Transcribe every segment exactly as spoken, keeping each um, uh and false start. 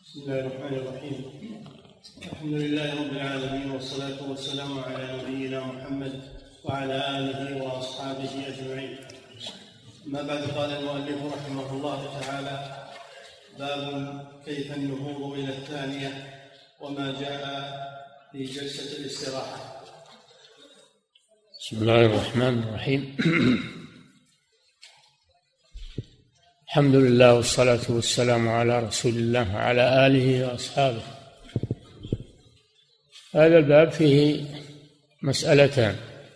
بسم الله الرحمن الرحيم. الحمد لله رب العالمين، والصلاة والسلام على نبينا محمد وعلى آله وأصحابه أجمعين. ما بعد، قال المؤلف رحمه الله تعالى: باب كيف النهوض إلى الثانية وما جاء في جلسة الاستراحة. بسم الله الرحمن الرحيم. الحمد لله والصلاة والسلام على رسول الله وعلى آله وأصحابه. هذا الباب فيه مسألتان.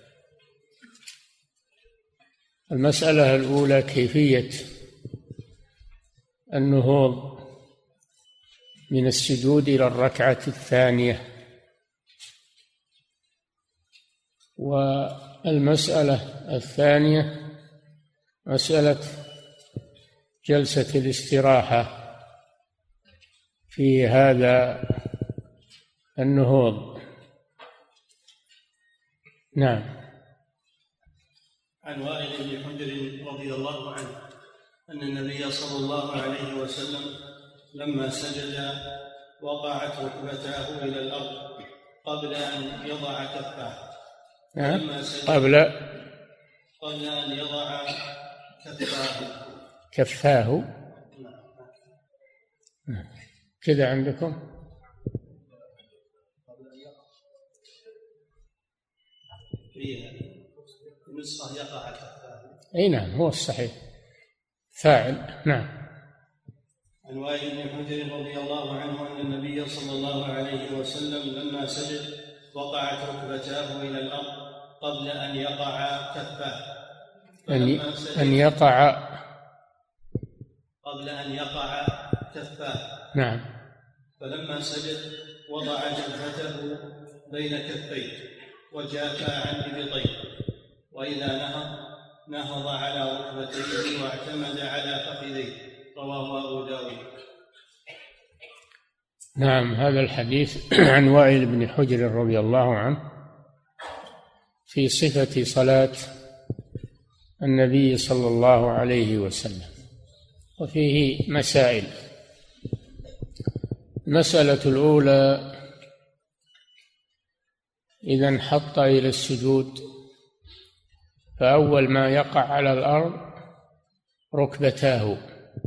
المسألة الأولى كيفية النهوض من السجود إلى الركعة الثانية، والمسألة الثانية مسألة جلسة الاستراحة في هذا النهوض. نعم. عن وائل بن حجر رضي الله عنه أن النبي صلى الله عليه وسلم لما سجد وقعت ركبتاه إلى الأرض قبل أن يضع كفاه. قبل قبل أن يضع كفاه كفاه كذا عندكم؟ نسخة يقع كفاه. أي نعم، هو الصحيح فاعل. نعم. عن وائل بن حجر رضي الله عنه أن النبي صلى الله عليه وسلم لما سجد وقعت ركبتاه إلى الأرض قبل أن يقع كفاه. أن أن يقع قبل أن يقع كفاه. نعم. فلما سجد وضع جبهته بين كفيه وجافى عن إبطيه، وإذا نهض نهض على ركبتيه واعتمد على فخذيه. رواه أبو داود. نعم. هذا الحديث عن وائل بن حجر رضي الله عنه في صفة صلاة النبي صلى الله عليه وسلم، وفيه مسائل. المسألة الأولى: إذا انحط إلى السجود فأول ما يقع على الأرض ركبتاه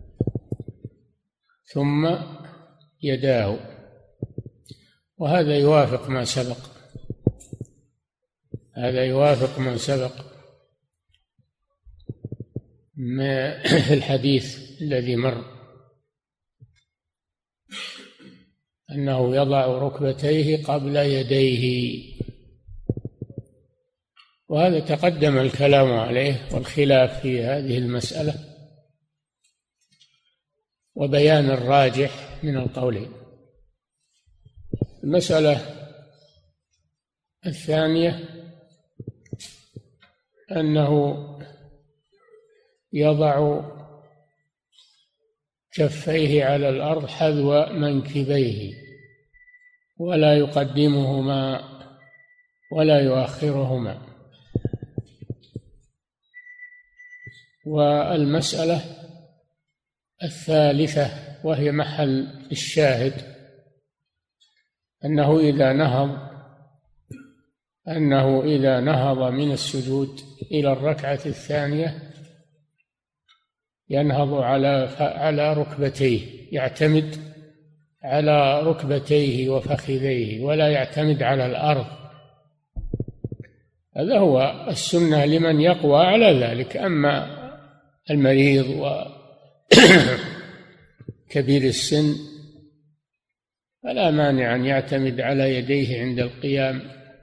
ثم يداه، وهذا يوافق ما سبق هذا يوافق ما سبق في الحديث الذي مر، أنه يضع ركبتيه قبل يديه، وهذا تقدم الكلام عليه والخلاف في هذه المسألة وبيان الراجح من القولين. المسألة الثانية أنه يضع كفيه على الأرض حذو منكبيه ولا يقدمهما ولا يؤخرهما. والمسألة الثالثة وهي محل الشاهد أنه إذا نهض أنه إذا نهض من السجود إلى الركعة الثانية ينهض على على ركبتيه، يعتمد على ركبتيه وفخذيه ولا يعتمد على الأرض. هذا هو السنة لمن يقوى على ذلك. أما المريض وكبير السن فلا مانع أن يعتمد على يديه عند القيام،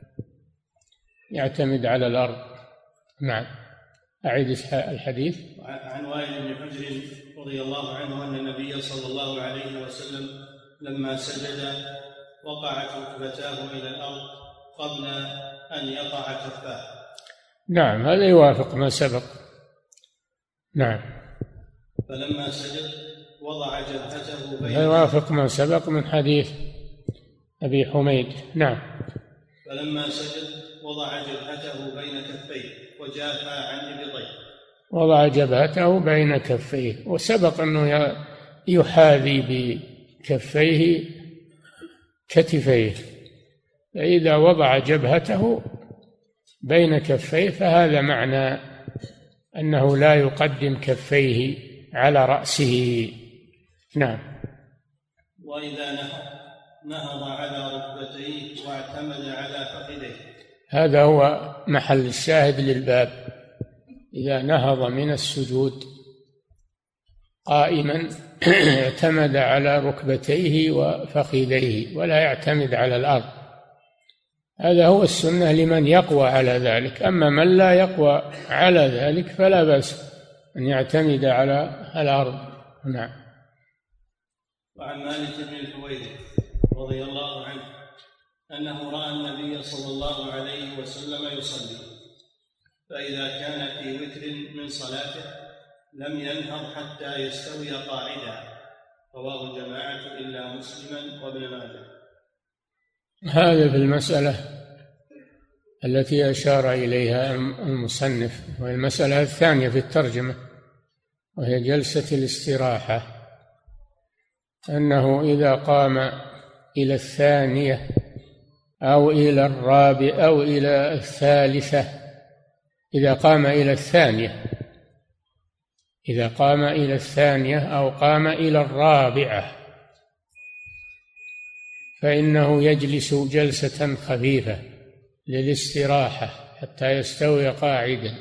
يعتمد على الأرض. نعم. أعيد الحديث. عن وائل بن حجر رضي الله عنه أن النبي صلى الله عليه وسلم لما سجد وقعت ركبتاه إلى الأرض قبل أن يقع كفاه. نعم، هذا يوافق ما سبق. نعم. فلما سجد وضع جبهته بين يوافق ما سبق من حديث أبي حميد. نعم. فلما سجد وضع جبهته بين كفيه وجافى عن إبطيه. وضع جبهته بين كفيه، وسبق أنه يحاذي كفيه كتفيه، فإذا وضع جبهته بين كفيه فهذا معنى أنه لا يقدم كفيه على رأسه. نعم. وإذا نهض على ركبتيه واعتمد على فخذيه، هذا هو محل الشاهد للباب. إذا نهض من السجود قائما اعتمد على ركبتيه وفخذيه ولا يعتمد على الأرض، هذا هو السنة لمن يقوى على ذلك. أما من لا يقوى على ذلك فلا بأس أن يعتمد على الأرض. نعم. وعن مالك بن الحويرث رضي الله عنه أنه رأى النبي صلى الله عليه وسلم يصلي، فإذا كان في وتر من صلاته لم ينهض حتى يستوي قاعدا، رواه الجماعة إلا مسلما وابن ماجه. هذا في المسألة التي أشار إليها المصنف، وهي المسألة الثانية في الترجمة، وهي جلسة الاستراحة، أنه إذا قام إلى الثانية أو إلى الرابع أو إلى الثالثة، إذا قام إلى الثانية إذا قام إلى الثانية أو قام إلى الرابعة فإنه يجلس جلسة خفيفة للاستراحة حتى يستوي قاعدا،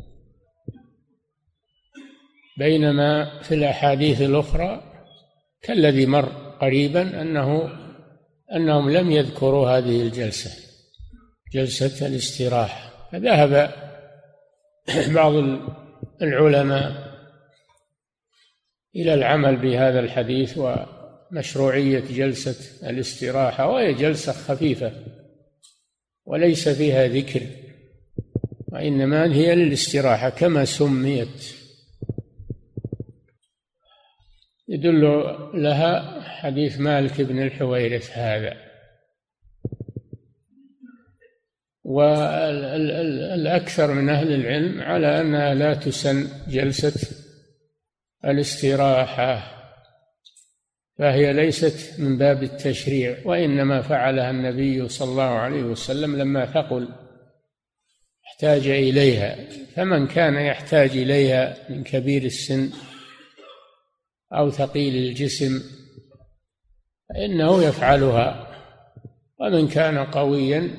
بينما في الأحاديث الأخرى كالذي مر قريبا أنه أنهم لم يذكروا هذه الجلسة، جلسة الاستراحة. فذهب بعض العلماء إلى العمل بهذا الحديث ومشروعية جلسة الاستراحة، وهي جلسة خفيفة وليس فيها ذكر، وإنما هي للاستراحة كما سميت. يدل لها حديث مالك بن الحويرث هذا. والأكثر من أهل العلم على أنها لا تسن جلسة الاستراحة، فهي ليست من باب التشريع، وإنما فعلها النبي صلى الله عليه وسلم لما ثقل احتاج إليها، فمن كان يحتاج إليها من كبير السن أو ثقيل الجسم فإنه يفعلها، ومن كان قويا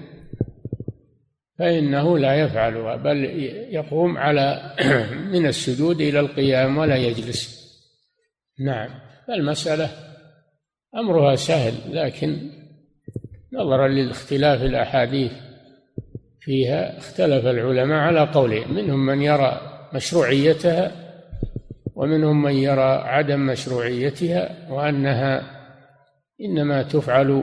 فإنه لا يفعلها، بل يقوم على من السجود إلى القيام ولا يجلس. نعم. فالمسألة أمرها سهل، لكن نظرا لاختلاف الأحاديث فيها اختلف العلماء على قولين، منهم من يرى مشروعيتها ومنهم من يرى عدم مشروعيتها، وأنها إنما تفعل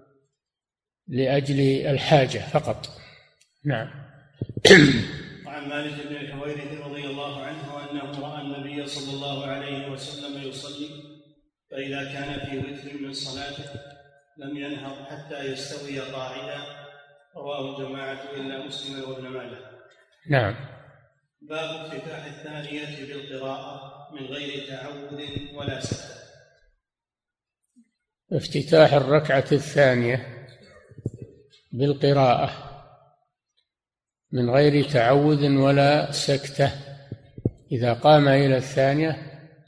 لأجل الحاجة فقط. نعم. وعن مالك بن الحويرث رضي الله عنه أنه رأى النبي صلى الله عليه وسلم يصلي، فإذا كان في وتر من صلاته لم ينهض حتى يستوي قاعدا، رواه الجماعة إلا مسلما وابن ماجه. نعم. باب افتتاح الثانية بالقراءة من غير تعود ولا سكتة. افتتاح الركعة الثانية بالقراءة من غير تعود ولا سكتة، إذا قام إلى الثانية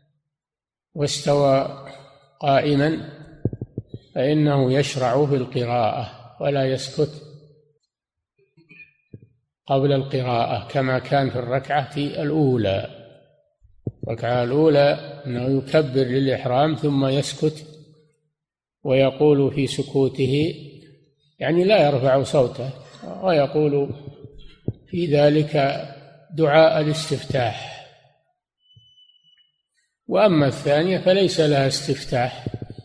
واستوى قائما فإنه يشرع في القراءة ولا يسكت قبل القراءة، كما كان في الركعة الأولى. الركعة الأولى أنه يكبر للإحرام ثم يسكت ويقول في سكوته، يعني لا يرفع صوته، ويقول في ذلك دعاء الاستفتاح. وأما الثانية فليس لها استفتاح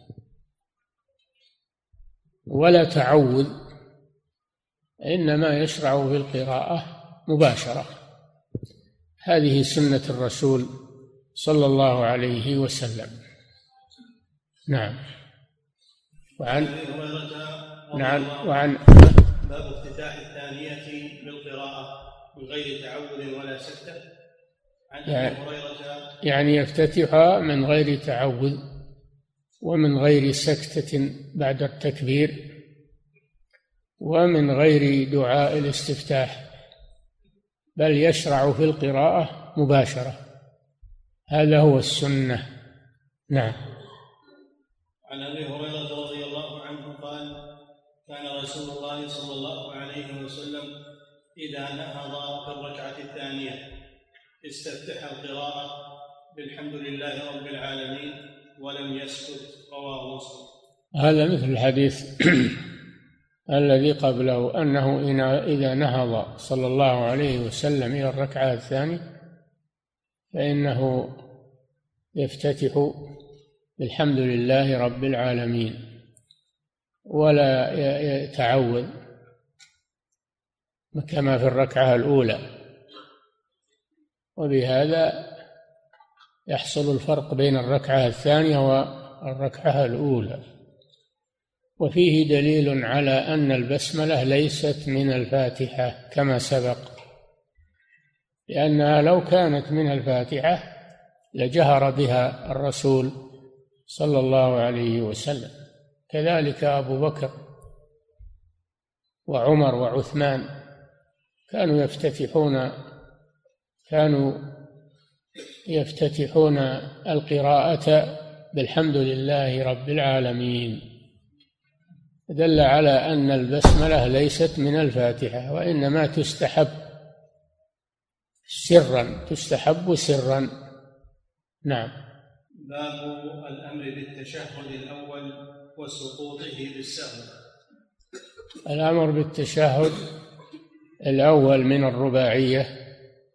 ولا تعوذ، إنما يشرع في القراءة مباشرة. هذه سنة الرسول صلى الله عليه وسلم. نعم. وعن نعم وعن باب افتتاح الثانية بالقراءة من غير تعود ولا سكتة. عن أبي هريرة يعني يفتتحها من غير تعود ومن غير سكتة بعد التكبير، ومن غير دعاء الاستفتاح، بل يشرع في القراءة مباشرة. هذا هو السنة. نعم. عن أبي هريرة رضي الله عنه قال: كان رسول الله صلى الله عليه وسلم إذا نهض في الركعة الثانية استفتح القراءة بالحمد لله رب العالمين ولم يسكت. رواه مسلم. هذا مثل الحديث الذي قبله، أنه إذا نهض صلى الله عليه وسلم إلى الركعة الثانية فإنه يفتتح بالحمد لله رب العالمين ولا يتعوذ كما في الركعة الأولى، وبهذا يحصل الفرق بين الركعة الثانية والركعة الأولى. وفيه دليل على أن البسملة ليست من الفاتحة كما سبق، لأنها لو كانت من الفاتحة لجهر بها الرسول صلى الله عليه وسلم، كذلك أبو بكر وعمر وعثمان كانوا يفتتحون كانوا يفتتحون القراءة بالحمد لله رب العالمين، دل على أن البسملة ليست من الفاتحة، وإنما تستحب سرا تستحب سرا. نعم. باب الأمر بالتشهد الأول وسقوطه بالسهو. الأمر بالتشهد الأول من الرباعية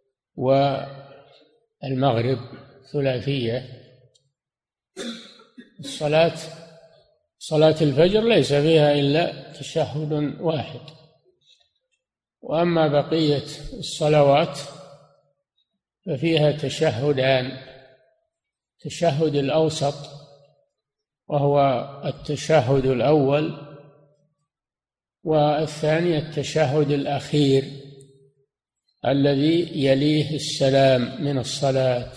والمغرب ثلاثية. الصلاة صلاة الفجر ليس فيها إلا تشهد واحد، وأما بقية الصلوات ففيها تشهدان: التشهد الأوسط وهو التشهد الأول، والثاني التشهد الأخير الذي يليه السلام من الصلاة.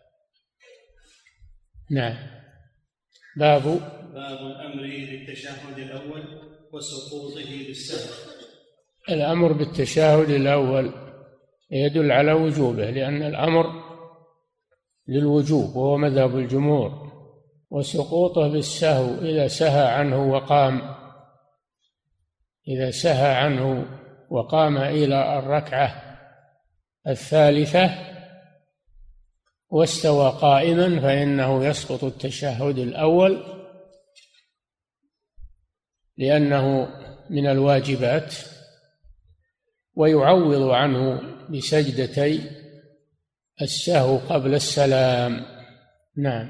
نعم. باب باب الأمر بالتشهد الأول وسقوطه بالسهو. الأمر بالتشهد الأول يدل على وجوبه، لأن الأمر للوجوب وهو مذهب الجمهور، وسقوطه بالسهو إذا سهى عنه وقام إذا سهى عنه وقام إلى الركعة الثالثة واستوى قائما فإنه يسقط التشهد الأول، لأنه من الواجبات، ويعوض عنه بسجدتي السهو قبل السلام. نعم.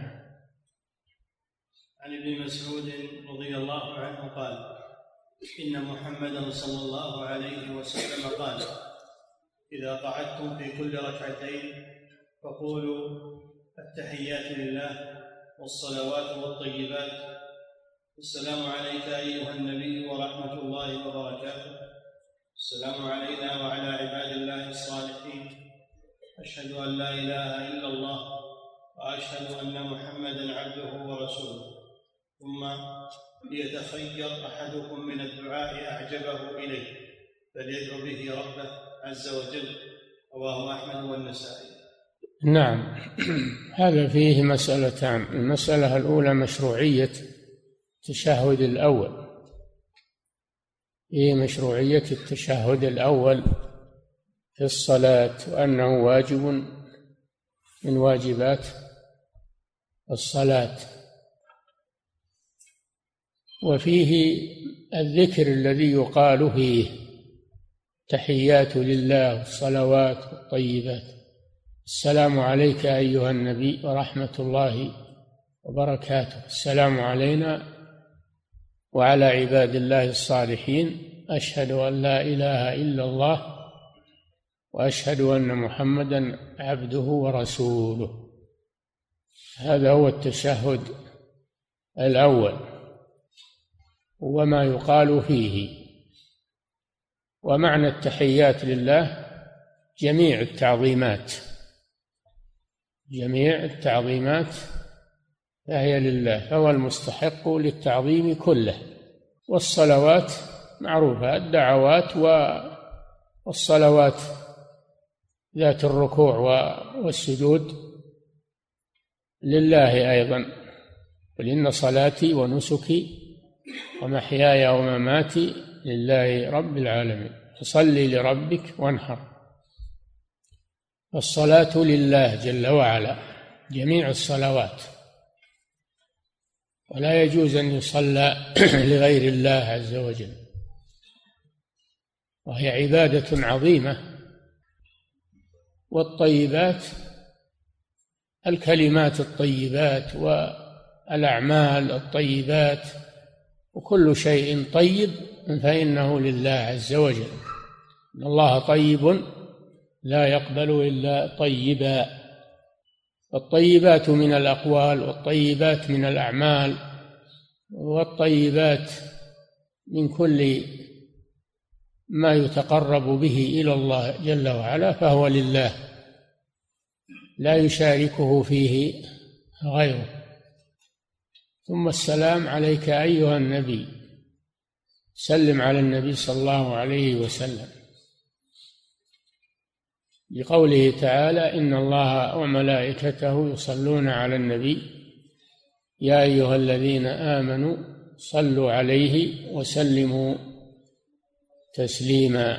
عن ابن مسعود رضي الله عنه قال: إن محمدا صلى الله عليه وسلم قال: إذا قعدتم في كل ركعتين فقولوا التحيات لله والصلوات والطيبات، السلام عليك أيها النبي ورحمة الله وبركاته، السلام علينا وعلى عباد الله الصالحين، أشهد أن لا إله إلا الله وأشهد أن محمدا عبده ورسوله، ثم ليتخير أحدكم من الدعاء أعجبه إليه فليدعو به ربه عز وجل. رواه أحمد والنسائي. نعم. هذا فيه مسألتان: المسألة الأولى مشروعية التشهد الأول، هي مشروعية التشهد الأول في الصلاة، وأنه واجب من واجبات الصلاة، وفيه الذكر الذي يقال فيه: تحيات لله والصلوات والطيبات، السلام عليك أيها النبي ورحمة الله وبركاته، السلام علينا وعلى عباد الله الصالحين، أشهد أن لا إله إلا الله وأشهد أن محمدا عبده ورسوله. هذا هو التشهد الأول وما يقال فيه. ومعنى التحيات لله جميع التعظيمات جميع التعظيمات فهي لله، فهو المستحق للتعظيم كله. والصلوات معروفة، الدعوات والصلوات ذات الركوع والسجود لله أيضا. قل إن صلاتي ونسكي ومحياي ومماتي لله رب العالمين فصل لربك وانحر. الصلاة لله جل وعلا، جميع الصلوات، ولا يجوز أن يصلى لغير الله عز وجل، وهي عبادة عظيمة. والطيبات الكلمات الطيبات والأعمال الطيبات، وكل شيء طيب فإنه لله عز وجل. إن الله طيب لا يقبل إلا طيبا. الطيبات من الأقوال، والطيبات من الأعمال، والطيبات من كل ما يتقرب به إلى الله جل وعلا، فهو لله لا يشاركه فيه غيره. ثم السلام عليك أيها النبي، سلم على النبي صلى الله عليه وسلم، لقوله تعالى إن الله وملائكته يصلون على النبي يا أيها الذين آمنوا صلوا عليه وسلموا تسليما.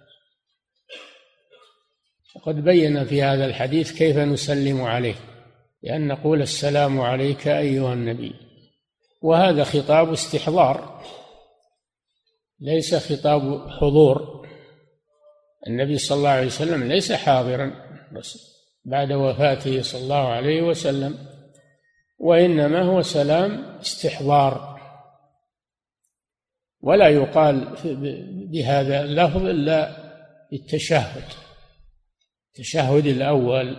وقد بين في هذا الحديث كيف نسلم عليه، لأن نقول السلام عليك أيها النبي، وهذا خطاب استحضار ليس خطاب حضور. النبي صلى الله عليه وسلم ليس حاضرا بعد وفاته صلى الله عليه وسلم، وإنما هو سلام استحضار، ولا يقال بهذا اللفظ إلا بالتشهد، التشهد الأول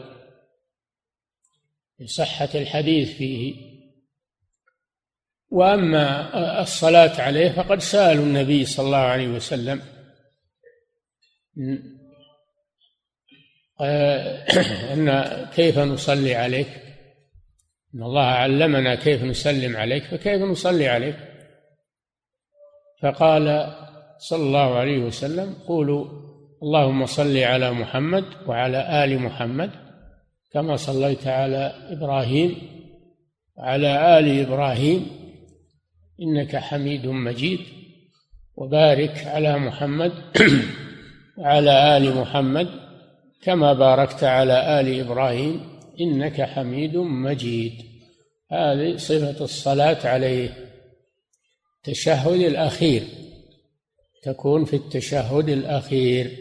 لصحة الحديث فيه. وأما الصلاة عليه فقد سألوا النبي صلى الله عليه وسلم أن كيف نصلي عليك، إن الله علمنا كيف نسلم عليك، فكيف نصلي عليك؟ فقال صلى الله عليه وسلم قولوا اللهم صل على محمد وعلى آل محمد كما صليت على إبراهيم وعلى آل إبراهيم إنك حميد مجيد، وبارك على محمد وعلى آل محمد كما باركت على آل إبراهيم إنك حميد مجيد. هذه صفة الصلاة عليه. التشهد الأخير تكون في التشهد الأخير.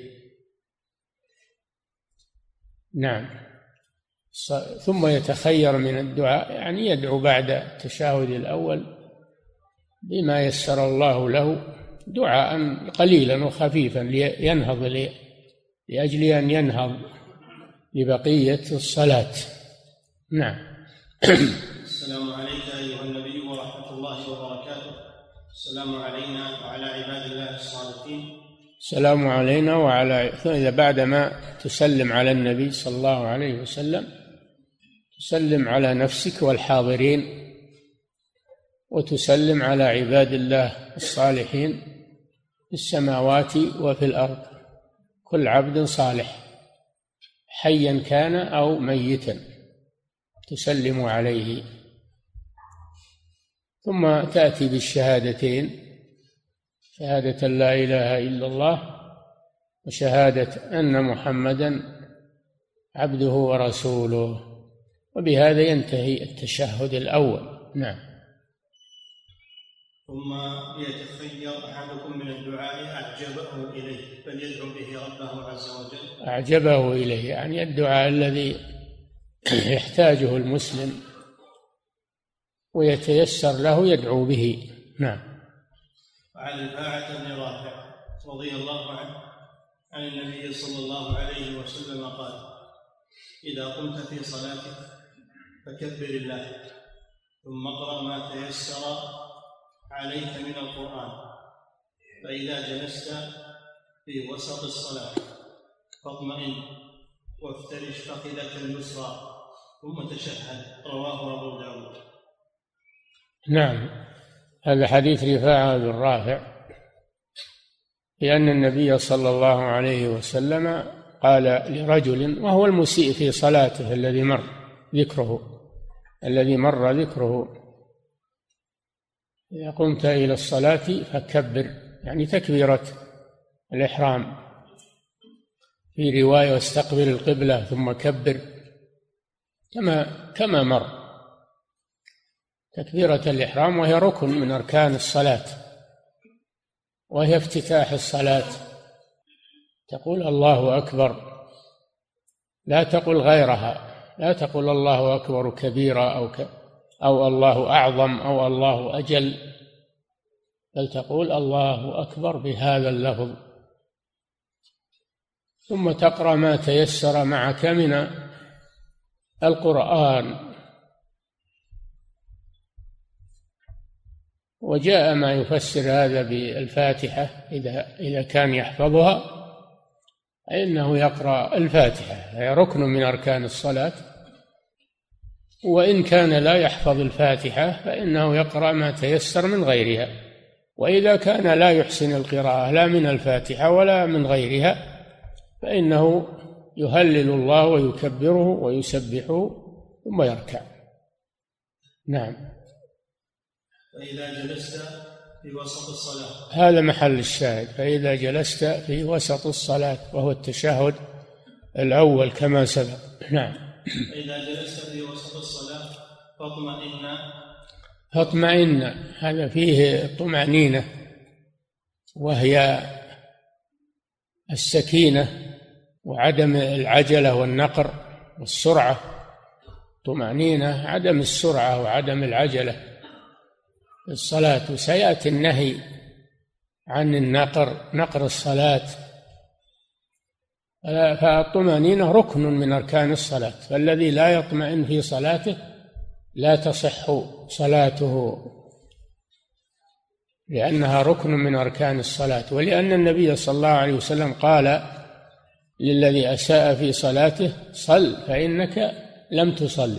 نعم. ثم يتخير من الدعاء، يعني يدعو بعد التشهد الأول بما يسر الله له، دعاء قليلا وخفيفا لينهض لأجل أن ينهض لبقية الصلاة. نعم. السلام عليك أيها النبي ورحمة الله وبركاته. السلام علينا وعلى عباد الله الصالحين. السلام علينا وعلى، إذا بعدما تسلم على النبي صلى الله عليه وسلم تسلم على نفسك والحاضرين، وتسلم على عباد الله الصالحين في السماوات وفي الأرض، كل عبد صالح حيا كان أو ميتا تسلم عليه. ثم تأتي بالشهادتين، شهادة لا إله إلا الله وشهادة أن محمدا عبده ورسوله، وبهذا ينتهي التشهد الأول. نعم. ثم يتخير أحدكم من الدعاء أعجبه إليه فليدعو به ربه عز وجل. أعجبه إليه يعني الدعاء الذي يحتاجه المسلم ويتيسر له يدعو به. نعم. وعن الباعة بن رافع رضي الله عنه عن النبي صلى الله عليه وسلم قال إذا قمت في صلاتك فكبر الله ثم اقرأ ما تيسر عليك من القرآن، فإذا جلست في وسط الصلاة فاطمئن وافترش فخذك اليسرى ثم تشهد. رواه أبو داود. نعم، هذا حديث رفاعة بن رافع، لأن النبي صلى الله عليه وسلم قال لرجل وهو المسيء في صلاته الذي مر ذكره الذي مر ذكره: إذا قمت إلى الصلاة فكبر، يعني تكبيرة الإحرام. في رواية: واستقبل القبلة ثم كبر، كما كما مر. تكبيرة الإحرام وهي ركن من أركان الصلاة، وهي افتتاح الصلاة. تقول الله أكبر، لا تقل غيرها، لا تقل الله أكبر كبيرا أو ك أو الله أعظم أو الله أجل، بل تقول الله أكبر بهذا اللفظ، ثم تقرأ ما تيسر معك من القرآن. وجاء ما يفسر هذا بالفاتحة إذا إذا كان يحفظها، إنه يقرأ الفاتحة، هي ركن من أركان الصلاة. وإن كان لا يحفظ الفاتحة فإنه يقرأ ما تيسر من غيرها. وإذا كان لا يحسن القراءة لا من الفاتحة ولا من غيرها فإنه يهلل الله ويكبره ويسبحه ثم يركع. نعم. فإذا جلست في وسط الصلاة، هذا محل الشاهد، فإذا جلست في وسط الصلاة وهو التشهد الأول كما سبق. نعم. فإذا جلست في وسط الصلاة فاطمئن فاطمئن هذا فيه الطمأنينة، وهي السكينة وعدم العجلة والنقر والسرعة. طمأنينة عدم السرعة وعدم العجلة في الصلاة. وسيأتي النهي عن النقر، نقر الصلاة. فالطمأنينة ركن من أركان الصلاة، فالذي لا يطمئن في صلاته لا تصح صلاته، لأنها ركن من أركان الصلاة. ولأن النبي صلى الله عليه وسلم قال للذي أساء في صلاته: صل فإنك لم تصلي،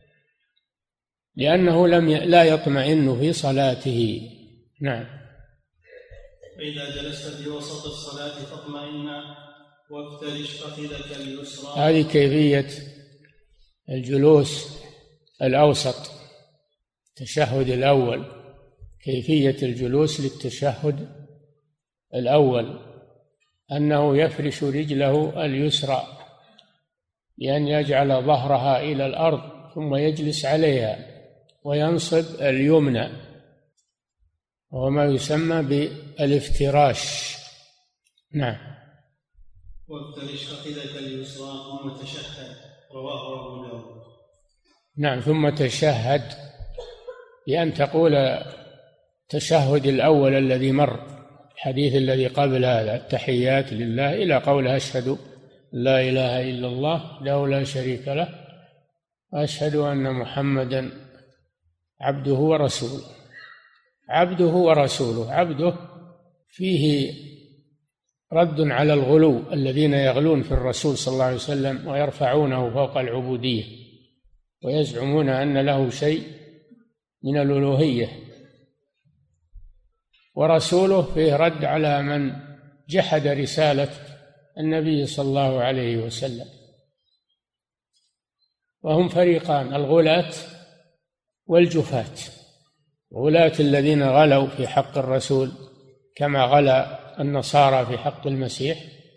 لأنه لم ي... لا يطمئن في صلاته. نعم. فإذا جلست في وسط الصلاة فاطمئن وافترش فخذك اليسرى. هذه كيفية الجلوس الأوسط، التشهد الأول، كيفية الجلوس للتشهد الأول أنه يفرش رجله اليسرى بأن يجعل ظهرها إلى الأرض ثم يجلس عليها، وينصب اليمنى، وهو ما يسمى بالافتراش. نعم. وافترش فخذك اليسرى ثم تشهد، رواه أبو داود. نعم. ثم تشهد بأن تقول التشهد الأول الذي مر، الحديث الذي قبل هذا: التحيات لله إلى قول أشهد لا إله إلا الله له لا شريك له وأشهد أن محمدا عبده ورسوله. عبده ورسوله، عبده فيه رد على الغلو الذين يغلون في الرسول صلى الله عليه وسلم ويرفعونه فوق العبودية ويزعمون أن له شيء من الألوهية. ورسوله فيه رد على من جحد رسالة النبي صلى الله عليه وسلم. وهم فريقان: الغلاة والجفاة. غلاة الذين غلوا في حق الرسول كما غلا النصارى في حق المسيح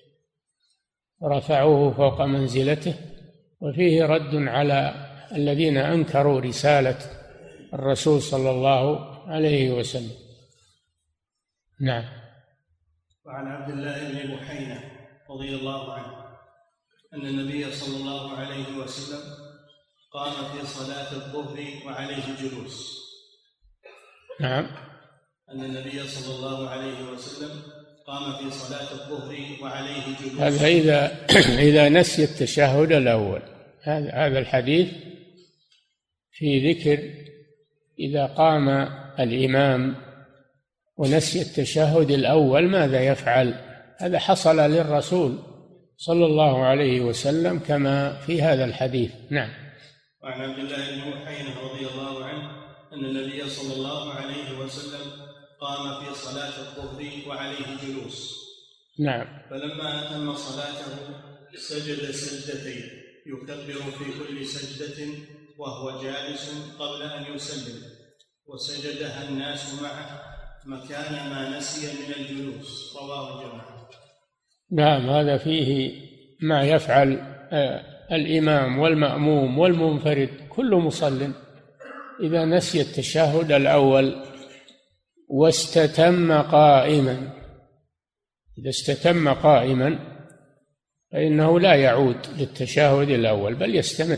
ورفعوه فوق منزلته، وفيه رد على الذين أنكروا رسالة الرسول صلى الله عليه وسلم. نعم. وعن عبد الله بن بحينة رضي الله عنه أن النبي صلى الله عليه وسلم قام في صلاة الظهر وعليه جلوس. نعم. أن النبي صلى الله عليه وسلم قام في صلاة الظهر وعليه جلوس. هذا إذا إذا نسي التشهد الأول. هذا هذا الحديث في ذكر إذا قام الإمام ونسي التشهد الأول ماذا يفعل. هذا حصل للرسول صلى الله عليه وسلم كما في هذا الحديث. نعم. وعن عبد الله بن بحينة رضي الله عنه أن النبي صلى الله عليه وسلم قام في صلاة الظهر وعليه جلوس. نعم. فلما أتم صلاته سجد سجدتين يكبر في كل سجدة وهو جالس قبل أن يسلم، وسجدها الناس معه مكان ما نسي من الجلوس. رواه الجماعة. نعم، هذا فيه ما يفعل الإمام والمأموم والمنفرد كل مصل إذا نسي التشهد الأول واستتم قائما. إذا استتم قائما فإنه لا يعود للتشهد الأول بل يستمر،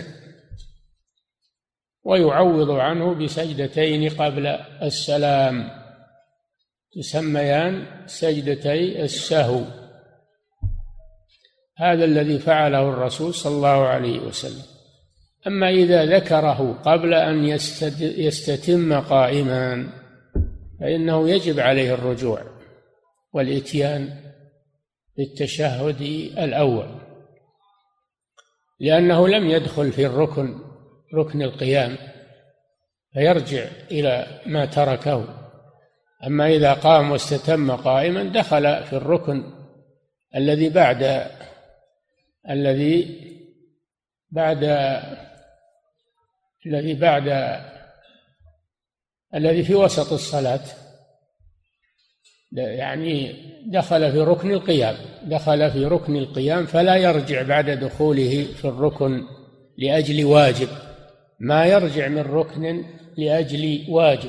ويعوض عنه بسجدتين قبل السلام تسميان سجدتي السهو. هذا الذي فعله الرسول صلى الله عليه وسلم. أما إذا ذكره قبل أن يستتم قائما فإنه يجب عليه الرجوع والإتيان بالتشهد الأول، لأنه لم يدخل في الركن ركن القيام فيرجع إلى ما تركه. أما إذا قام واستتم قائما دخل في الركن الذي بعد الذي بعد الذي بعد الذي في وسط الصلاة، يعني دخل في ركن القيام دخل في ركن القيام فلا يرجع بعد دخوله في الركن لأجل واجب، ما يرجع من ركن لأجل واجب،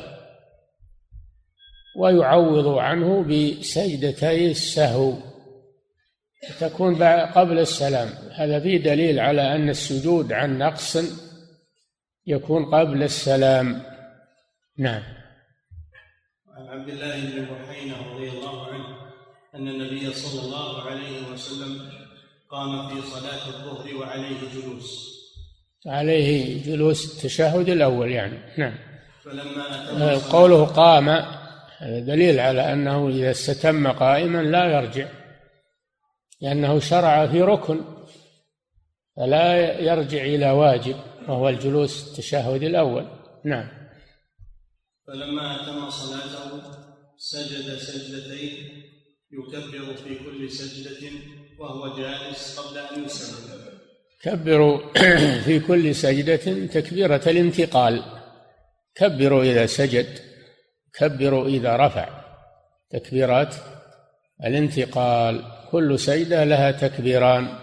ويعوض عنه بسجدتي السهو تكون قبل السلام. هذا فيه دليل على أن السجود عن نقص يكون قبل السلام. نعم. عن عبد الله بن بحينة رضي الله عنه أن النبي صلى الله عليه وسلم قام في صلاة الظهر وعليه جلوس عليه جلوس التشهد الأول يعني. نعم. فلما قوله قام هذا دليل على أنه إذا استتم قائما لا يرجع، لأنه شرع في ركن فلا يرجع إلى واجب وهو الجلوس التشهد الأول. نعم. فلما أتم صلاته سجد سجدتين يكبر في كل سجدة وهو جالس قبل أن يسلم. كبروا في كل سجدة تكبيرة الانتقال، كبروا إذا سجد، كبروا إذا رفع، تكبيرات الانتقال. كل سجدة لها تكبيران،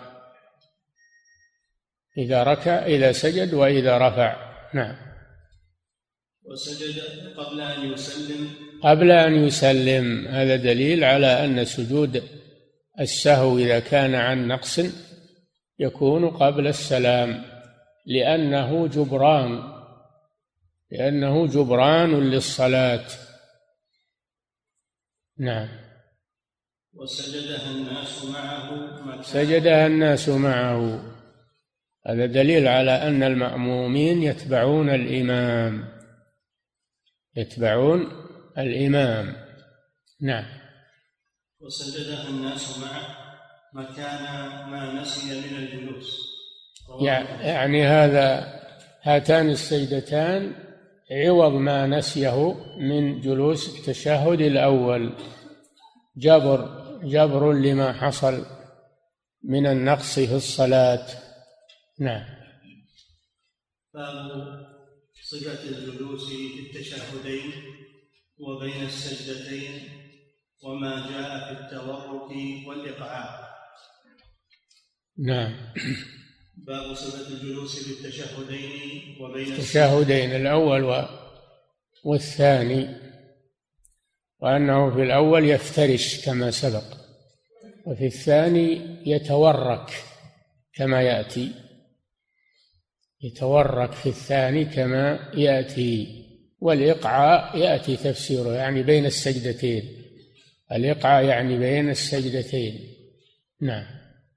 إذا ركع إذا سجد وإذا رفع. نعم. وسجد قبل أن يسلم قبل أن يسلم هذا دليل على أن سجود السهو إذا كان عن نقص يكون قبل السلام، لأنه جبران لأنه جبران للصلاة. نعم. وسجدها الناس معه سجدها الناس معه هذا دليل على أن المأمومين يتبعون الإمام يتبعون الإمام. نعم. وسجدها الناس معه مكان ما نسي من الجلوس. يعني هذا هاتان السجدتان عوض ما نسيه من جلوس التشهد الأول، جبر جبر لما حصل من النقص في الصلاة. نعم. باب صفة الجلوس في التشهدين وبين السجدتين وما جاء في التورك والإقعاء. نعم. باب صفة الجلوس في التشهدين وبين التشهدين الأول والثاني، وأنه في الأول يفترش كما سبق، وفي الثاني يتورك كما يأتي يتورك في الثاني كما يأتي. والإقعاء يأتي تفسيره يعني بين السجدتين، الإقعاء يعني بين السجدتين. نعم.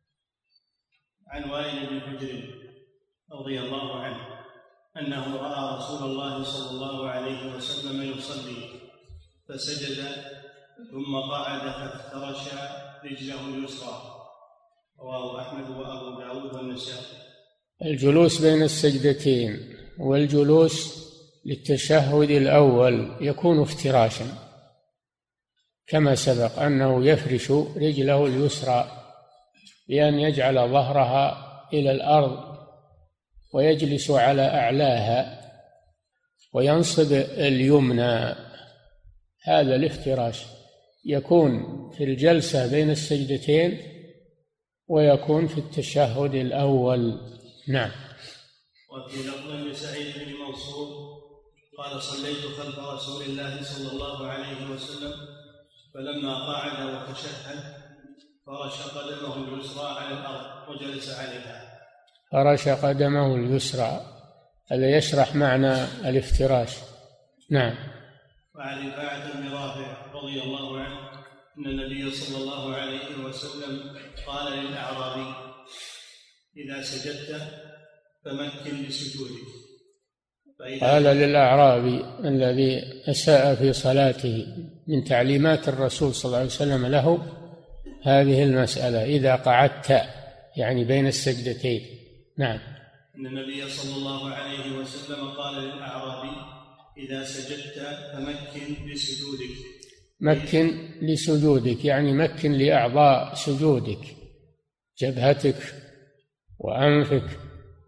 عن وائل بن حجر رضي الله عنه أنه رأى رسول الله صلى الله عليه وسلم يصلي فسجد ثم قعد فافترش رجله اليسرى. رواه أحمد وأبو داود والنسائي. الجلوس بين السجدتين والجلوس للتشهد الأول يكون افتراشا، كما سبق أنه يفرش رجله اليسرى بأن يجعل ظهرها إلى الأرض ويجلس على أعلاها وينصب اليمنى. هذا الافتراش يكون في الجلسة بين السجدتين ويكون في التشهد الأول. نعم. وفي لفظ لسعيد بن منصور قال: صليت خلف رسول الله صلى الله عليه وسلم فلما قعد وتشهد فرش قدمه اليسرى على الأرض وجلس عليها. فرش قدمه اليسرى، هذا يشرح معنى الافتراش. نعم. وعن رفاعة بن رافع رضي الله عنه أن النبي صلى الله عليه وسلم قال للأعرابي: إذا سجدت فمكن لسجودك. قال للأعرابي الذي أساء في صلاته من تعليمات الرسول صلى الله عليه وسلم له هذه المسألة: إذا قعدت، يعني بين السجدتين. نعم. أن النبي صلى الله عليه وسلم قال للأعرابي: إذا سجدت فمكن لسجودك. مكن لسجودك يعني مكن لأعضاء سجودك، جبهتك وأنفك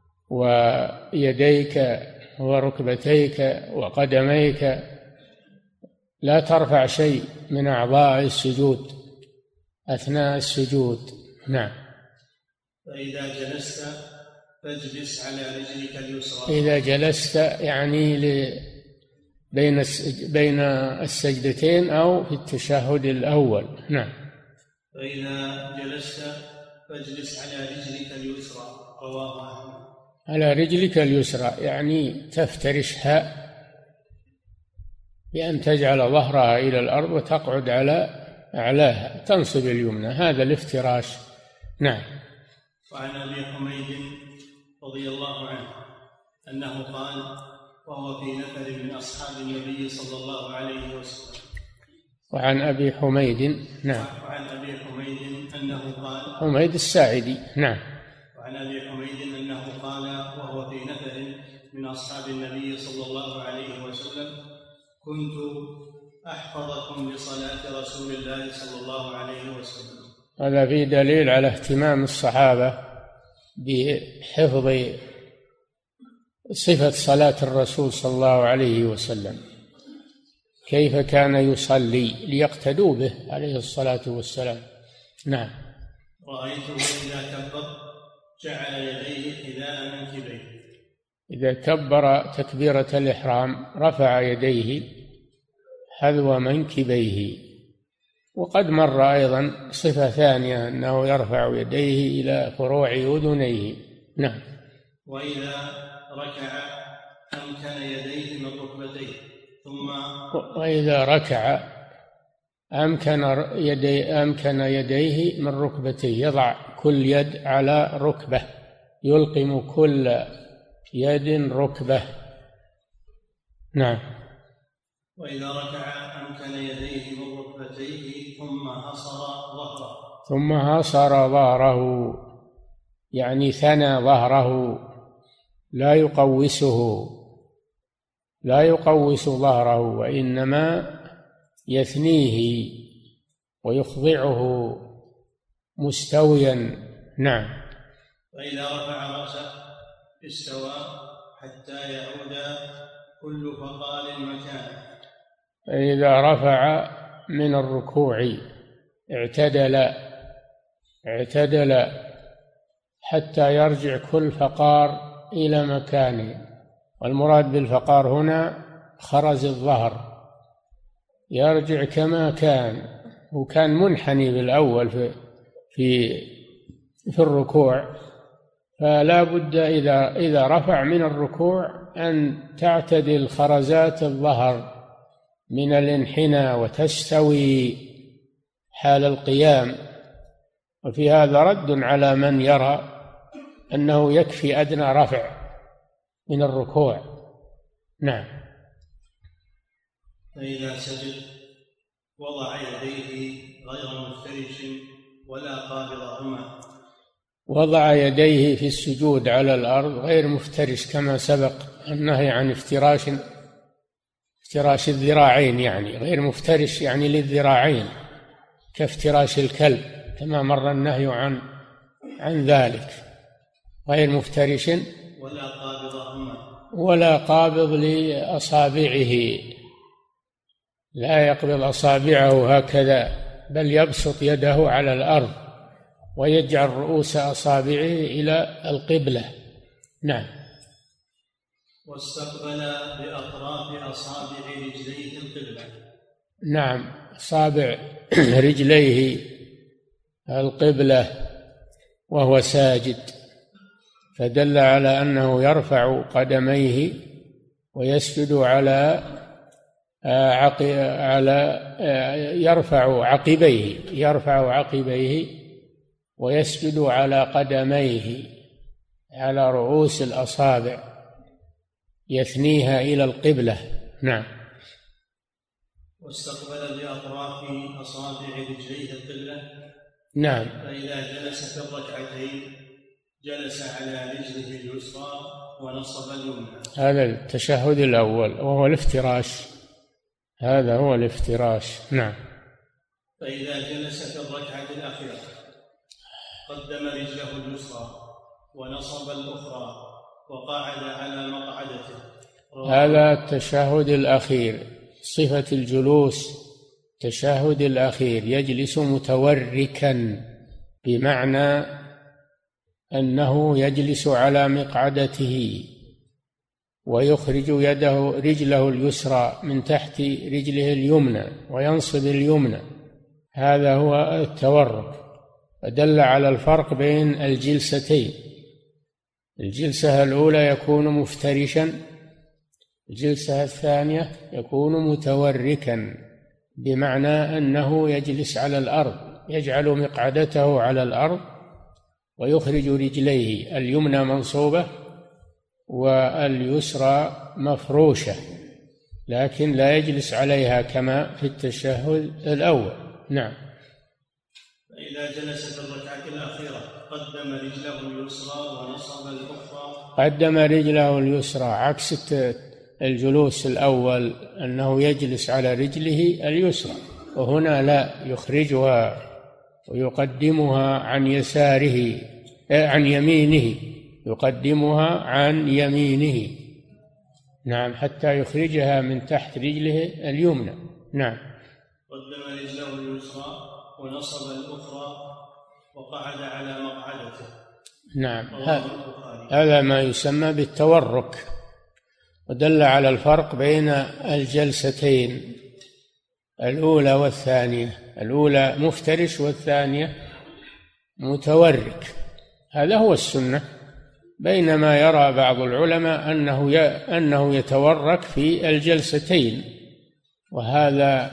ويديك وركبتيك وقدميك، لا ترفع شيء من أعضاء السجود أثناء السجود. نعم. فإذا جلست فاجلس على رجلك اليسرى. إذا جلست يعني بين بين السجدتين أو في التشهد الأول. نعم. فإذا جلست فاجلس على رجلك اليسرى. رواه أحمد. على رجلك اليسرى يعني تفترشها بأن تجعل ظهرها إلى الأرض وتقعد على أعلاها، تنصب اليمنى، هذا الافتراش. نعم. وعن أبي حميد رضي الله عنه أنه قال وهو في نفر من أصحاب النبي صلى الله عليه وسلم. وعن أبي حميد. نعم. وعن أبي حميد أنه قال. حميد الساعدي. نعم. وعن أبي حميد أنه قال وهو في نفر من أصحاب النبي صلى الله عليه وسلم: كنت أحفظكم لصلاة رسول الله صلى الله عليه وسلم. هذا فيه دليل على اهتمام الصحابة بحفظ صفة صلاة الرسول صلى الله عليه وسلم، كيف كان يصلي ليقتدوا به عليه الصلاة والسلام. نعم. رأيته إذا كبر جعل يديه حذاء منكبيه. إذا كبر تكبيرة الإحرام رفع يديه حذو منكبيه. وقد مر أيضا صفة ثانية أنه يرفع يديه إلى فروع أذنيه. نعم. وإذا ركع أمكن يديه من ركبتيه ثم وإذا ركع أمكن يدي أمكن يديه من ركبتيه، يضع كل يد على ركبة، يلقم كل يد ركبة. نعم. وإذا ركع أمكن يديه من ركبتيه ثم حصر ظهره. ثم حصر ظهره يعني ثنى ظهره، لا يقوسه لا يقوس ظهره وإنما يثنيه ويخضعه مستويا. نعم. وإذا رفع رأسه استوى حتى يعود كل فقار مكانه. فإذا رفع من الركوع اعتدل اعتدل حتى يرجع كل فقار إلى مكانه. والمراد بالفقار هنا خرز الظهر، يرجع كما كان، وكان منحني بالأول في في في الركوع، فلا بد إذا إذا رفع من الركوع أن تعتدل خرزات الظهر من الانحناء وتستوي حال القيام. وفي هذا رد على من يرى أنه يكفي أدنى رفع من الركوع. نعم. فإذا سجد وضع يديه غير مفترش ولا قابضهما. وضع يديه في السجود على الأرض غير مفترش، كما سبق النهي عن افتراش افتراش الذراعين يعني، غير مفترش يعني للذراعين كافتراش الكلب كما مر النهي عن عن ذلك، غير مفترش ولا قابض ولا قابض لأصابعه، لا يقبض أصابعه هكذا، بل يبسط يده على الأرض ويجعل رؤوس أصابعه إلى القبلة. نعم. واستقبل بأطراف أصابع رجليه القبلة. نعم، أصابع رجليه القبلة وهو ساجد، فدل على أنه يرفع قدميه ويسجد على على يرفع عقبيه يرفع عقبيه ويسجد على قدميه على رؤوس الأصابع يثنيها إلى القبلة. نعم. واستقبل بأطراف أصابع رجليه القبلة. نعم. فإذا جلس في الركعتين جلس على رجله اليسرى ونصب اليمنى. هذا التشهد الأول وهو الافتراش، هذا هو الافتراش. نعم. فإذا جلس في الركعة الأخيرة قدم رجله اليسرى ونصب الأخرى وقعد على مقعدته. هذا التشهد الأخير، صفة الجلوس التشهد الأخير يجلس متوركا، بمعنى أنه يجلس على مقعدته ويخرج يده رجله اليسرى من تحت رجله اليمنى وينصب اليمنى، هذا هو التورك، ودل على الفرق بين الجلستين. الجلسة الأولى يكون مفترشا، الجلسة الثانية يكون متوركا، بمعنى أنه يجلس على الأرض، يجعل مقعدته على الأرض ويخرج رجليه اليمنى منصوبة واليسرى مفروشة، لكن لا يجلس عليها كما في التشهد الأول. نعم. فإذا جلس في الركعة الأخيرة قدم رجله اليسرى ونصب الأخرى. قدم رجله اليسرى عكس الجلوس الأول، أنه يجلس على رجله اليسرى، وهنا لا، يخرجها ويقدمها عن يساره عن يمينه، يقدمها عن يمينه. نعم، حتى يخرجها من تحت رجله اليمنى. نعم. قدم رجله اليسرى ونصب الأخرى وقعد على مقعدته. نعم. هذا ما يسمى بالتورك، ودل على الفرق بين الجلستين الأولى والثانية، الأولى مفترش والثانية متورك، هذا هو السنة، بينما يرى بعض العلماء أنه أنه يتورك في الجلستين، وهذا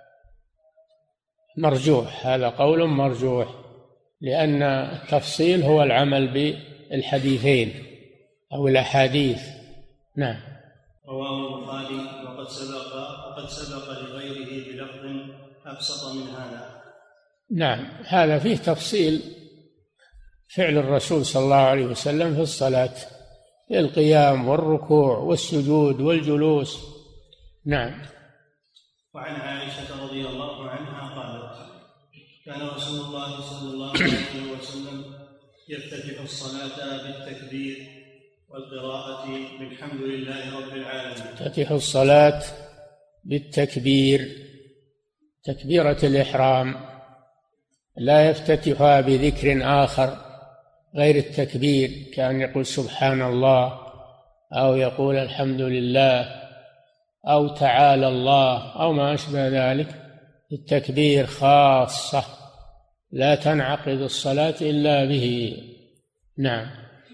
مرجوح، هذا قول مرجوح، لأن التفصيل هو العمل بالحديثين أو الأحاديث. نعم. رواه البخاري وقد سبق وقد سبق لغيره بلفظ أبسط من هذا. نعم، هذا فيه تفصيل فعل الرسول صلى الله عليه وسلم في الصلاة، في القيام والركوع والسجود والجلوس. نعم. وعن عائشة رضي الله عنها قالت: كان رسول الله صلى الله عليه وسلم يفتتح الصلاة بالتكبير والقراءة بالحمد لله رب العالمين. يفتتح الصلاة بالتكبير، تكبيرة الإحرام، لا يفتتحها بذكر آخر غير التكبير، كان يقول سبحان الله أو يقول الحمد لله أو تعالى الله أو ما أشبه ذلك. التكبير خاصة لا تنعقد الصلاة إلا به. نعم.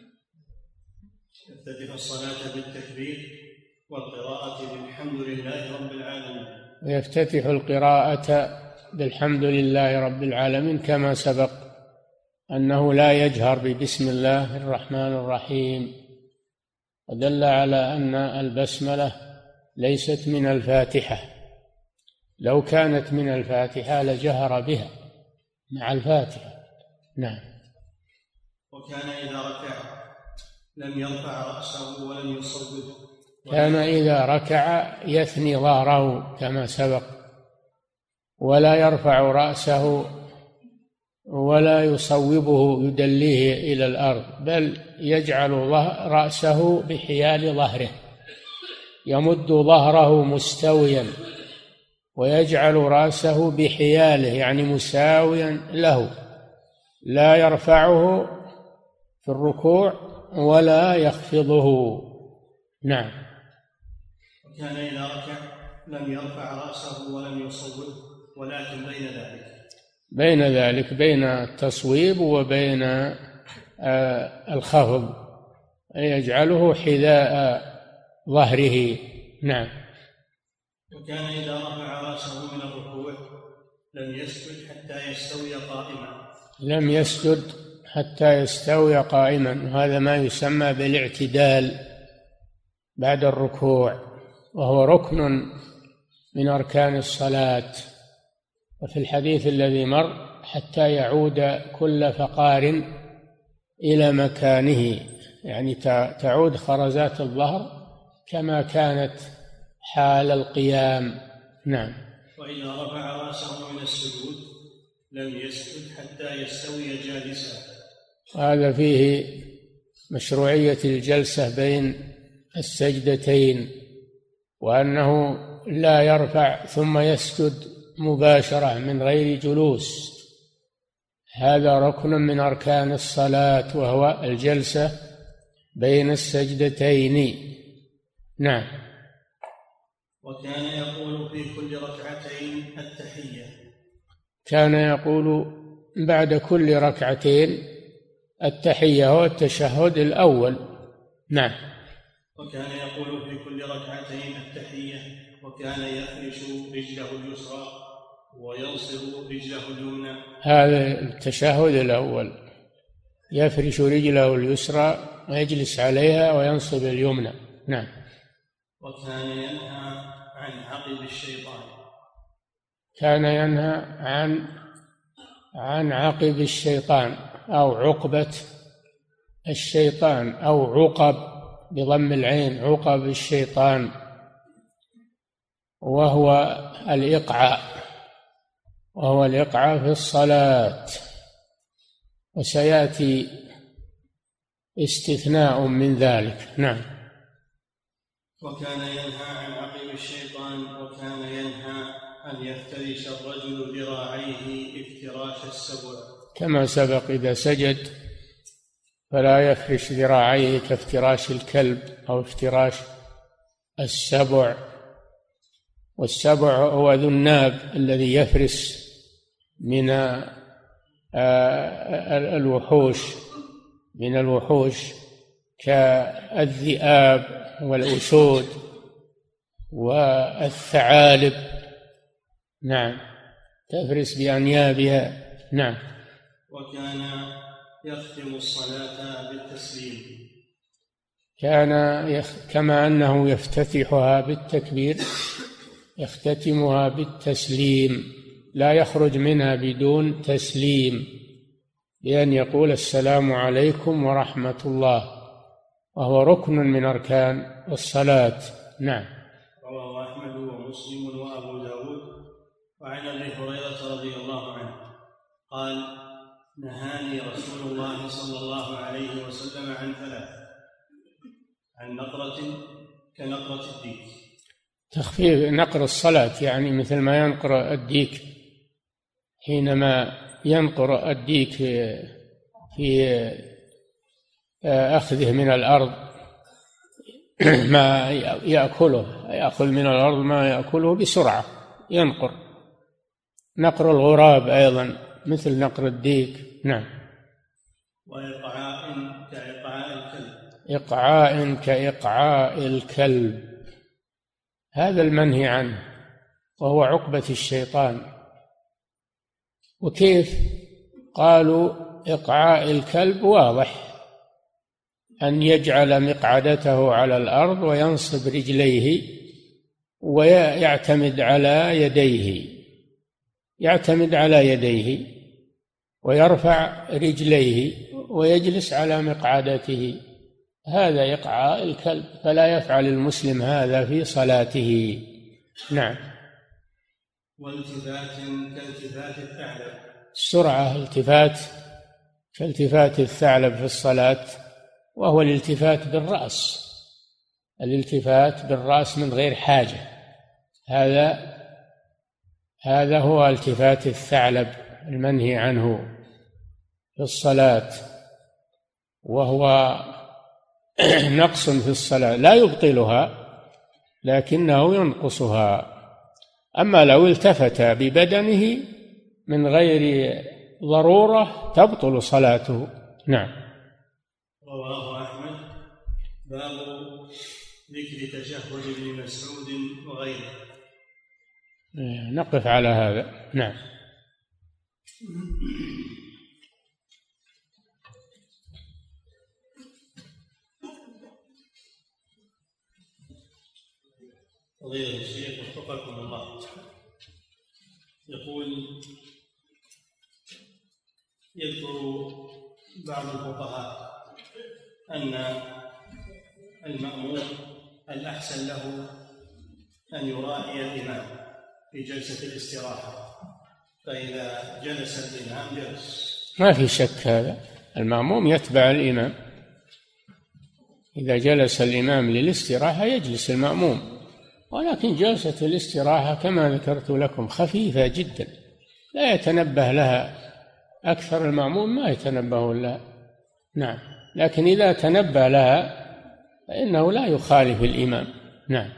يفتتح الصلاة بالتكبير والقراءة بالحمد لله رب العالمين. ويفتتح القراءة بالحمد لله رب العالمين كما سبق أنه لا يجهر ببسم الله الرحمن الرحيم، ودل على أن البسملة ليست من الفاتحة، لو كانت من الفاتحة لجهر بها مع الفاتحة. نعم. وكان إذا ركع لم يرفع رأسه ولم يصوب كان إذا ركع يثني ظهره كما سبق، ولا يرفع رأسه ولا يصوبه يدليه إلى الأرض، بل يجعل رأسه بحيال ظهره، يمد ظهره مستويا ويجعل رأسه بحياله يعني مساويا له، لا يرفعه في الركوع ولا يخفضه. نعم. وكان إذا ركع لم يرفع رأسه ولم يصوبه، ولكن بين ذلك بين ذلك بين التصويب وبين الخفض، يجعله حذاء ظهره. نعم. وكان إذا رفع رأسه من الركوع لم يسجد حتى يستوي قائما لم يسجد حتى يستوي قائما، وهذا ما يسمى بالاعتدال بعد الركوع، وهو ركن من أركان الصلاة. وفي الحديث الذي مر حتى يعود كل فقار إلى مكانه، يعني تعود خرزات الظهر كما كانت حال القيام. نعم. وإذا رفع رأسه من السجود لم يسجد حتى يستوي جالسا. هذا فيه مشروعية الجلسة بين السجدتين، وأنه لا يرفع ثم يسجد مباشرة من غير جلوس، هذا ركن من أركان الصلاة، وهو الجلسة بين السجدتين. نعم. وكان يقول في كل ركعتين التحية كان يقول بعد كل ركعتين التحية، هو التشهد الأول. نعم. وكان يقول في كل ركعتين التحية، وكان يفرش رجله اليسرى وينصب رجله اليمنى. هذا التشهد الأول، يفرش رجله اليسرى ويجلس عليها وينصب اليمنى. نعم. وكان ينهى عن عقب الشيطان كان ينهى عن عن عقب الشيطان أو عقبة الشيطان أو عقب بضم العين، عقب الشيطان، وهو الإقعاء وهو الإقعاء في الصلاة، وسيأتي استثناء من ذلك. نعم. وكان ينهى عن عقب الشيطان، وكان ينهى أن يفترش الرجل ذراعيه افتراش السبع، كما سبق إذا سجد فلا يفرش ذراعيه كافتراش الكلب أو افتراش السبع. والسبع هو ذو الناب الذي يفرس من الوحوش من الوحوش كالذئاب والأسود والثعالب. نعم، تفرس بأنيابها. نعم. وكان يختم الصلاة بالتسليم، كان يخ... كما أنه يفتتحها بالتكبير يختتمها بالتسليم، لا يخرج منها بدون تسليم، بأن يقول السلام عليكم ورحمة الله، وهو ركن من أركان الصلاة. نعم. رواه أحمد ومسلم وأبو داود. وعن أبي هريرة رضي الله عنه قال: نهاني رسول الله صلى الله عليه وسلم عن ثلاث: عن نقرة كنقرة الديك. تخفيف نقر الصلاة، يعني مثل ما ينقر الديك حينما ينقر الديك في أخذه من الأرض ما يأكله، يأخذ من الأرض ما يأكله بسرعة، ينقر. نقر الغراب أيضا مثل نقر الديك. نعم. وإقعاء كإقعاء الكلب. إقعاء كإقعاء الكلب، هذا المنهي عنه، وهو عقبة الشيطان. وكيف؟ قالوا إقعاء الكلب واضح، أن يجعل مقعدته على الأرض وينصب رجليه ويعتمد على يديه يعتمد على يديه ويرفع رجليه ويجلس على مقعدته هذا إقعاء الكلب، فلا يفعل المسلم هذا في صلاته. نعم. والتفات كالتفات الثعلب. السرعة التفات كالتفات الثعلب في الصلاة، وهو الالتفات بالرأس، الالتفات بالرأس من غير حاجة، هذا هذا هو التفات الثعلب المنهي عنه في الصلاة، وهو نقص في الصلاة لا يبطلها لكنه ينقصها. أما لو التفت ببدنه من غير ضرورة تبطل صلاته. نعم. رواه أحمد. باب ذكر تشهد ابن مسعود وغيره. نقف على هذا. نعم. فضيلة الشيخ وفقكم الله، يقول يذكر بعض الفقهاء أن المأمور الأحسن له أن يراعي الإمام في جلسة الاستراحة، فإذا جلس الإمام جلس. ما في شك، هذا المأموم يتبع الإمام، إذا جلس الإمام للاستراحة يجلس المأموم، ولكن جلسة الاستراحة كما ذكرت لكم خفيفة جدا لا يتنبه لها أكثر، المأموم ما يتنبه لها. نعم. لكن إذا تنبه لها فإنه لا يخالف الإمام. نعم.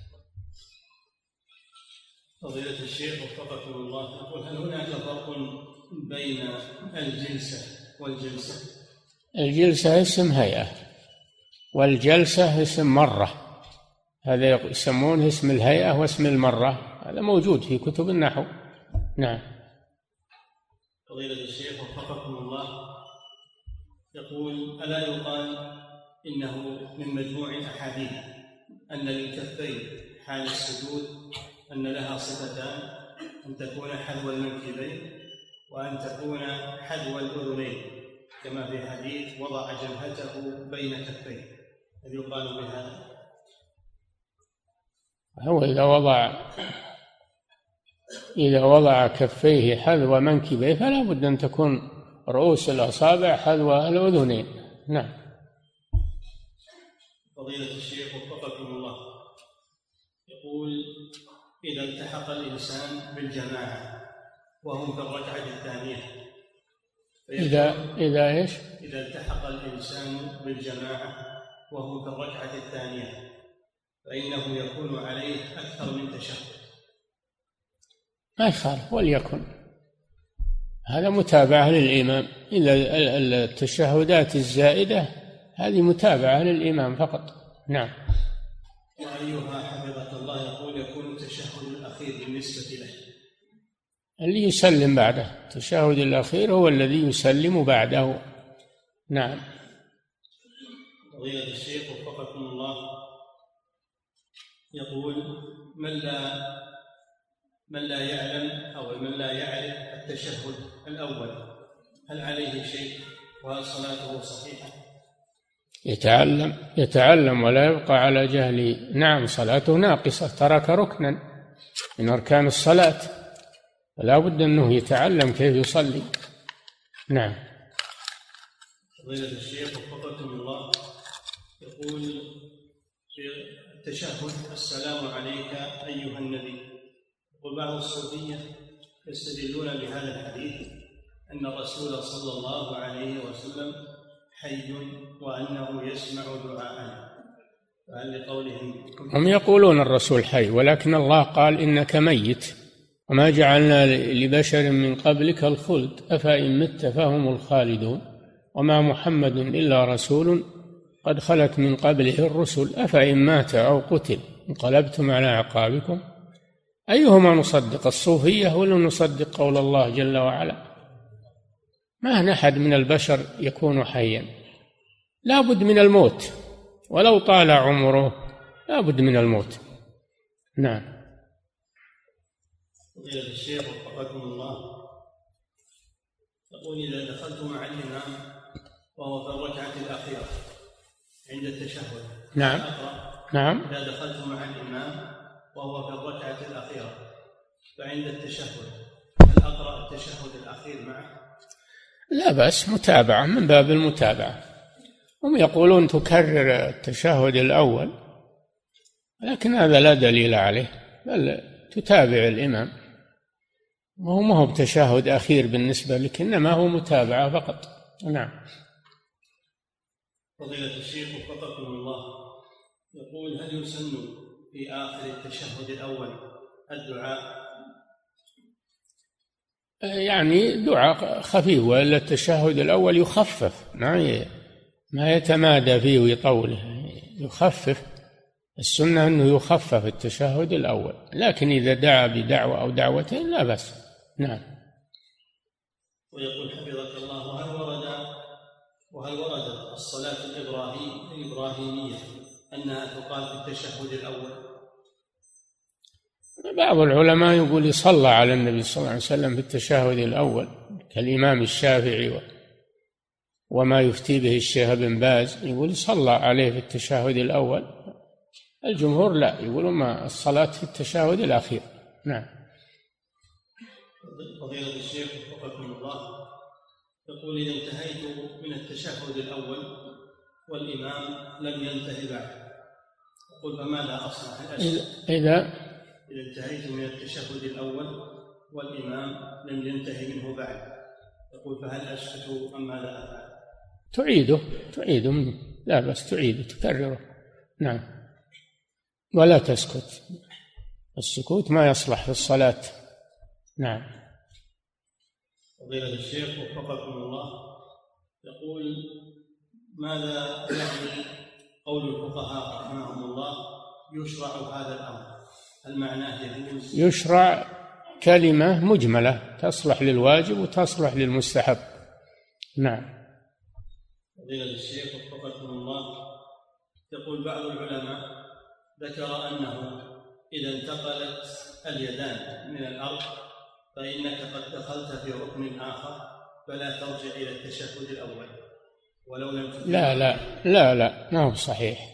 فضيلة الشيخ وفقكم الله، يقول هل هناك فرق بين الجلسة والجلسة؟ الجلسة اسم هيئة، والجلسة اسم مرة، هذا يسمونه اسم الهيئة واسم المرة، هذا موجود في كتب النحو. نعم. فضيلة الشيخ وفقكم الله، يقول ألا يقال إنه من مجموع الأحاديث أن للكفين حال السجود أن لها صفتان، أن تكون حذو المنكبين وأن تكون حذو الأذنين، كما في حديث وضع جبهته بين كفيه، هل يقال بهذا؟ هو إذا وضع إذا وضع كفيه حذو منكبيه فلا بد أن تكون رؤوس الأصابع حذو الأذنين. نعم. فضيلة الشيخ وفقكم الله، يقول إذا التحق الإنسان بالجماعة وهم في الركعة الثانية، إذا إذا إيش؟ إذا التحق الإنسان بالجماعة وهم في الركعة الثانية فإنه يكون عليه أكثر من تشهد. ما يخالف، وليكن هذا متابعة للإمام، إذا التشهدات الزائدة هذه متابعة للإمام فقط. نعم. وأيها حفظك الله يقول يكون التشهد الأخير بالنسبة له؟ اللي يسلم بعده، التشهد الأخير هو الذي يسلم بعده. نعم. فضيلة الشيخ وفقكم الله، يقول من لا من لا يعلم أو من لا يعرف التشهد الأول هل عليه شيء وهل صلاته صحيحة؟ يتعلم يتعلم ولا يبقى على جهل. نعم، صلاته ناقصة، ترك ركنا من أركان الصلاة، فلا بد أنه يتعلم كيف يصلي. نعم. فضيلة الشيخ وفقكم الله، يقول في التشهد السلام عليك أيها النبي، يقول بعض الصوفية يستدلون بهذا الحديث أن الرسول صلى الله عليه وسلم حي وأنه يسمع دعاءنا، فهل لقولهم؟ هم يقولون الرسول حي، ولكن الله قال إنك ميت وما جعلنا لبشر من قبلك الخلد أفإن مت فهم الخالدون وما محمد إلا رسول قد خلت من قبله الرسل أفإن مات أو قتل انقلبتم على أعقابكم. أيهما نصدق، الصوفية ولا نصدق قول الله جل وعلا؟ ما أحد من البشر يكون حيا، لا بد من الموت، ولو طال عمره لا بد من الموت. نعم. فضيلة الشيخ وفقكم الله، يقول إذا دخلت مع الإمام وهو في الركعة الأخيرة عند التشهد. نعم نعم. إذا دخلت مع الإمام وهو في الركعة الأخيرة فعند التشهد هل أقرأ التشهد الأخير معه؟ لا بأس، متابعة من باب المتابعة. هم يقولون تكرر التشهد الأول، لكن هذا لا دليل عليه، بل تتابع الإمام، وهو ما هو بتشهد أخير بالنسبة لك، إنما هو متابعة فقط. نعم. فضيلة الشيخ وفقكم الله، يقول هل يسن في آخر التشهد الأول الدعاء؟ يعني دعاء خفيف، وإلا التشهد الأول يخفف، ما يتمادى فيه ويطوله، يخفف. السنة أنه يخفف التشهد الأول، لكن إذا دعا بدعوة أو دعوتين لا بأس. نعم. ويقول حفظك الله، هل ورد وهل وردت الصلاة الإبراهيم الإبراهيمية أنها تقال في التشهد الأول؟ بعض العلماء يقول صلى على النبي صلى الله عليه وسلم في التشهد الأول، كالإمام الشافعي وما يفتي به الشيخ ابن باز، يقول صلى عليه في التشهد الأول. الجمهور لا، يقولون ما الصلاة في التشهد الأخير. نعم. فضيلة الشيخ وفقكم الله، يقول إذا انتهيت من التشهد الأول والإمام لم ينتهي بعد، يقول فماذا أصنع؟ إذا إذا انتهيت من التشهد الأول والإمام لم ينتهي منه بعد، يقول فهل أسكت أم ماذا أفعل؟ تعيده تعيده لا بس تعيده تكرره. نعم، ولا تسكت، السكوت ما يصلح في الصلاة. نعم. فضيلة الشيخ وفقكم الله، يقول ماذا يعني قول الفقهاء رحمهم الله يشرع هذا الأمر؟ هل معناه يجوز؟ يشرع كلمة مجملة تصلح للواجب وتصلح للمستحب. نعم. فضيلة الشيخ وفقكم الله، يقول بعض العلماء ذكر أنه إذا انتقلت اليدان من الأرض فإنك قد دخلت في ركن آخر فلا ترجع إلى التشهد الأول ولو لم تتم. لا لا لا لا ما هو صحيح.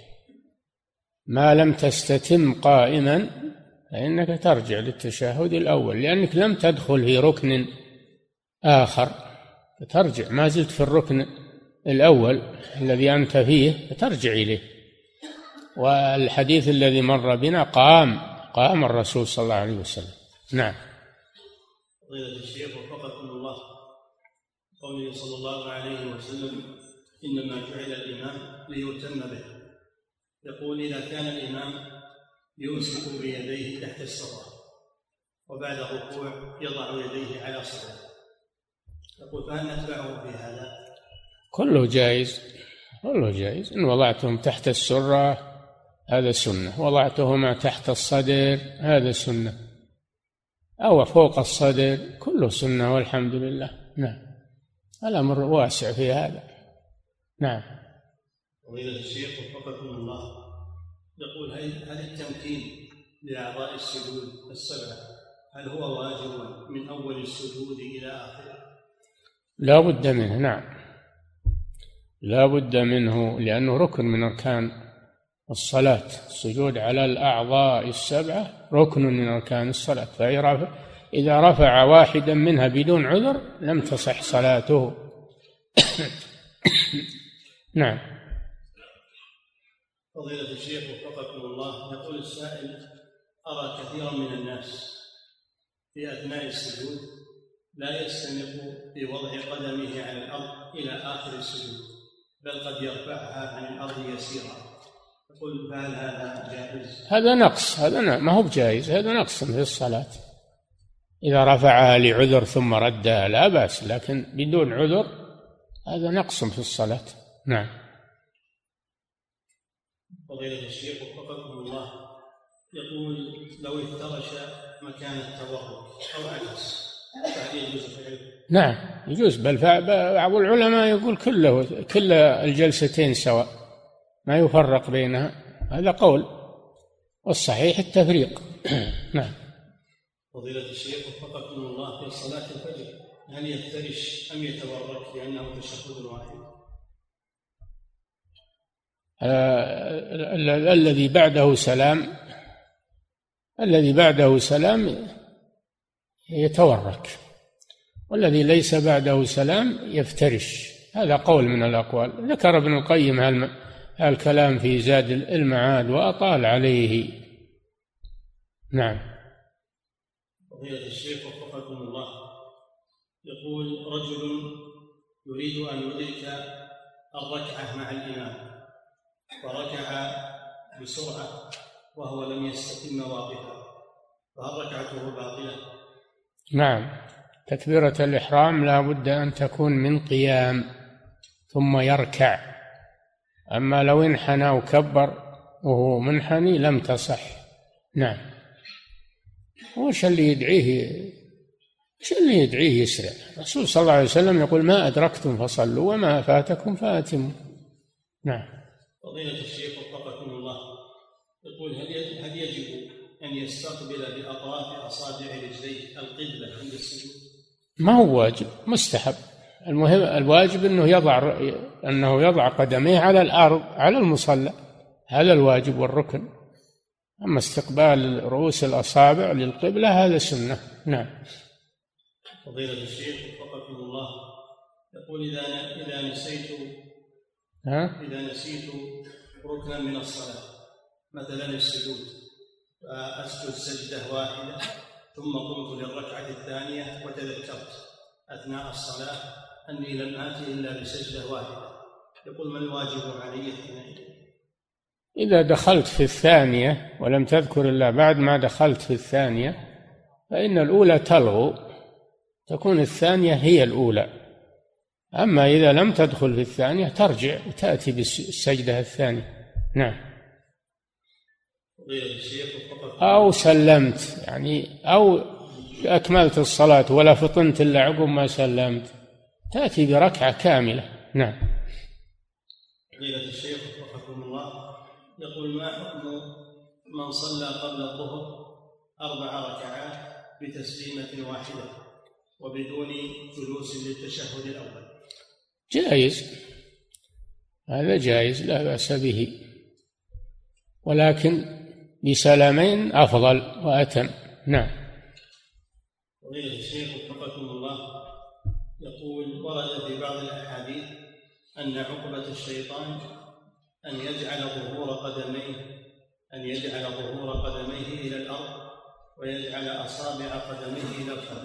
ما لم تستتم قائما فإنك ترجع للتشهد الأول، لأنك لم تدخل في ركن آخر، فترجع، ما زلت في الركن الأول الذي أنت فيه فترجع إليه. والحديث الذي مر بنا قام قام الرسول صلى الله عليه وسلم. نعم. فضيلة الشيخ وفقكم الله، قوله صلى الله عليه وسلم إنما جعل الإمام ليتم به، يقول إذا كان الإمام يمسك بيديه تحت السرة وبعد الركوع يضع يديه على صدره، يقول فهل نتبعه في هذا؟ كله جائز، كله جائز. إن وضعتهم تحت السرة هذا سنة، وضعتهما تحت الصدر هذا سنة، أو فوق الصدر كله سنة والحمد لله. نعم، الأمر واسع في هذا. نعم. فضيلة الشيخ وفقكم الله، يقول هل التمكين لأعضاء السجود السبعة هل هو واجب من أول السجود إلى آخره؟ لا بد منه. نعم، لا بد منه، لأنه ركن من أركان الصلاة. السجود على الأعضاء السبعة ركن من أركان الصلاة، فإذا رفع واحدا منها بدون عذر لم تصح صلاته. نعم. فضيلة الشيخ وفقكم الله، يقول السائل أرى كثيرا من الناس في أثناء السجود لا يستمر في وضع قدمه على الأرض إلى آخر السجود، بل قد يرفعها عن الأرض يسيرا، يقول فهل هذا جائز؟ هذا نقص، هذا ما هو بجائز، هذا نقص في الصلاة. إذا رفعها لعذر ثم ردها لا بأس، لكن بدون عذر هذا نقص في الصلاة. نعم. فضيلة الشيخ وفقكم الله، يقول لو افترش مكان التورك أو عكس فهل يجوز فعله؟ نعم يجوز، بل بعض العلماء يقول كله كل الجلستين سواء، ما يفرق بينها، هذا قول، والصحيح التفريق. نعم. فضيلة الشيخ وفقكم الله، في صلاة الفجر هل يفترش أم يتورك لأنه تشهد واحد؟ آه الذي بعده سلام الذي بعده سلام يتورك، والذي ليس بعده سلام يفترش. هذا قول من الأقوال. ذكر ابن القيم هالكلام في زاد المعاد وأطال عليه. نعم. فضيلة الشيخ وفقكم الله، يقول رجل يريد أن يدرك الركعة مع الإمام وركع بسرعة وهو لم يستتم واقفا، فهل ركعته باطلة؟ نعم، تكبيرة الإحرام لا بد أن تكون من قيام ثم يركع، أما لو انحنى وكبر وهو منحني لم تصح. نعم. وش اللي يدعيه وش اللي يدعيه يسرع؟ الرسول صلى الله عليه وسلم يقول ما أدركتم فصلوا وما فاتكم فاتموا. نعم. فضيلة الشيخ وفقكم الله، يقول هل يجب أن يستقبل بأطراف أصابع رجليه القبلة عند السجود؟ ما هو واجب، مستحب. المهم الواجب أنه يضع أنه يضع قدميه على الأرض على المصلى، هذا الواجب والركن. أما استقبال رؤوس الأصابع للقبلة هذا سنة. نعم. فضيلة الشيخ وفقكم الله، يقول إذا إذا نسيت ها؟ إذا نسيت ركنا من الصلاة مثلا السجود، فأسجد سجدة واحدة ثم قمت للركعة الثانية وتذكرت أثناء الصلاة أني لم آتي إلا بسجدة واحدة، يقول ما الواجب علي حينئذ؟ إذا دخلت في الثانية ولم تذكر إلا بعد ما دخلت في الثانية فإن الأولى تلغو، تكون الثانية هي الأولى. أما إذا لم تدخل في الثانية ترجع وتأتي بالسجدة الثانية. نعم. أو سلمت يعني أو أكملت الصلاة ولا فطنت إلا عقب ما سلمت تأتي بركعة كاملة. نعم. فضيلة الشيخ وفقكم الله، يقول ما حكم من صلى قبل الظهر أربع ركعات بتسليمة واحدة وبدون جلوس للتشهد الأول؟ جائز، هذا جائز لا بأس به، ولكن بسلامين أفضل وأتم. نعم. فضيلة الشيخ وفقكم الله، يقول ورد في بعض الأحاديث أن عقبة الشيطان أن يجعل ظهور قدميه أن يجعل ظهور قدميه إلى الأرض ويجعل أصابع قدميه إلى الخلف.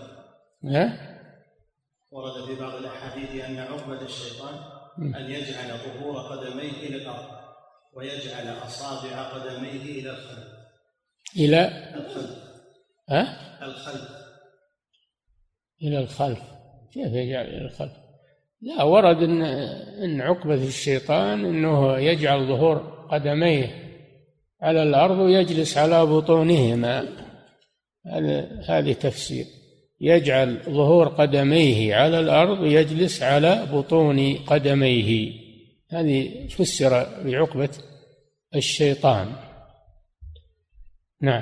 ورد في بعض الأحاديث أن عقبة الشيطان أن يجعل ظهور قدميه إلى الأرض ويجعل أصابع قدميه إلى الخلف. إلى الخلف. أه؟ الخلف. إلى الخلف، كيف يجعل إلى الخلف؟ لا، ورد إن إن عقبة الشيطان إنه يجعل ظهور قدميه على الأرض ويجلس على بطونهما. هذه تفسير، يجعل ظهور قدميه على الأرض ويجلس على بطون قدميه. هذه فسر بعقبة الشيطان. نعم.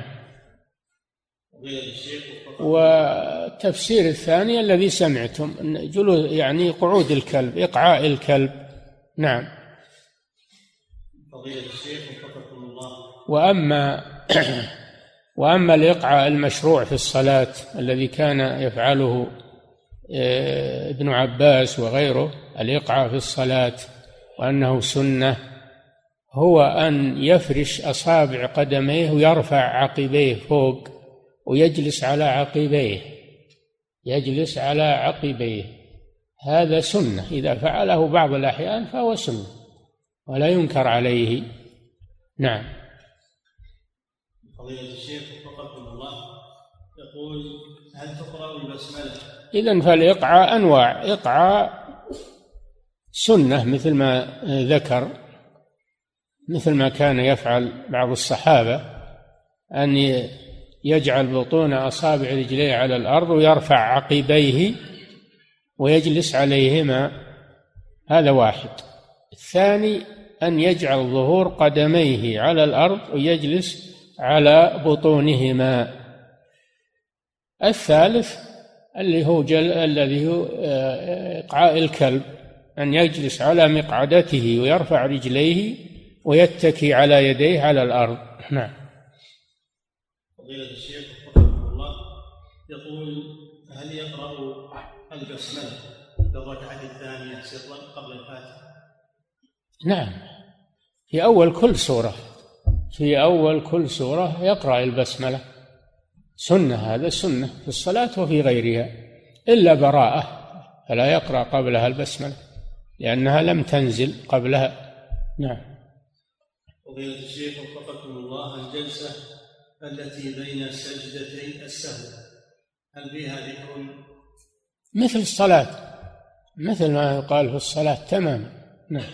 والتفسير الثاني الذي سمعتم جلوس يعني قعود الكلب، إقعاء الكلب. نعم. فضيلة الشيخ وفقكم الله. وأما وأما الإقعاء المشروع في الصلاة الذي كان يفعله ابن عباس وغيره، الإقعاء في الصلاة وأنه سنة، هو أن يفرش أصابع قدميه ويرفع عقبيه فوق ويجلس على عقبيه يجلس على عقبيه هذا سنة، إذا فعله بعض الأحيان فهو سنة ولا ينكر عليه. نعم. فضيلة الشيخ وفقكم الله، يقول هل تقرأ البسملة؟ إذن فالإقعاء أنواع، إقعاء سنة مثل ما ذكر، مثل ما كان يفعل بعض الصحابة أن يجعل بطون أصابع رجليه على الأرض ويرفع عقبيه ويجلس عليهما، هذا واحد. الثاني أن يجعل ظهور قدميه على الأرض ويجلس على بطونهما. الثالث اللي هو جل الذي هو إقعاء الكلب، أن يجلس على مقعدته ويرفع رجليه ويتكي على يديه على الأرض. نعم. فضيلة الشيخ وفقكم الله، يقول: هل يقرأ البسملة في الركعة الثانية سرا قبل الفاتحة؟ نعم، في أول كل سورة في أول كل سورة يقرأ البسملة، سنة، هذا سنة في الصلاة وفي غيرها، إلا براءة فلا يقرأ قبلها البسملة لأنها لم تنزل قبلها. نعم. فضيلة الشيخ وفقكم الله، الجلسة التي بين سجدتي السهو هل فيها ذكر؟ مثل الصلاة، مثل ما يقال في الصلاة تماما. نعم.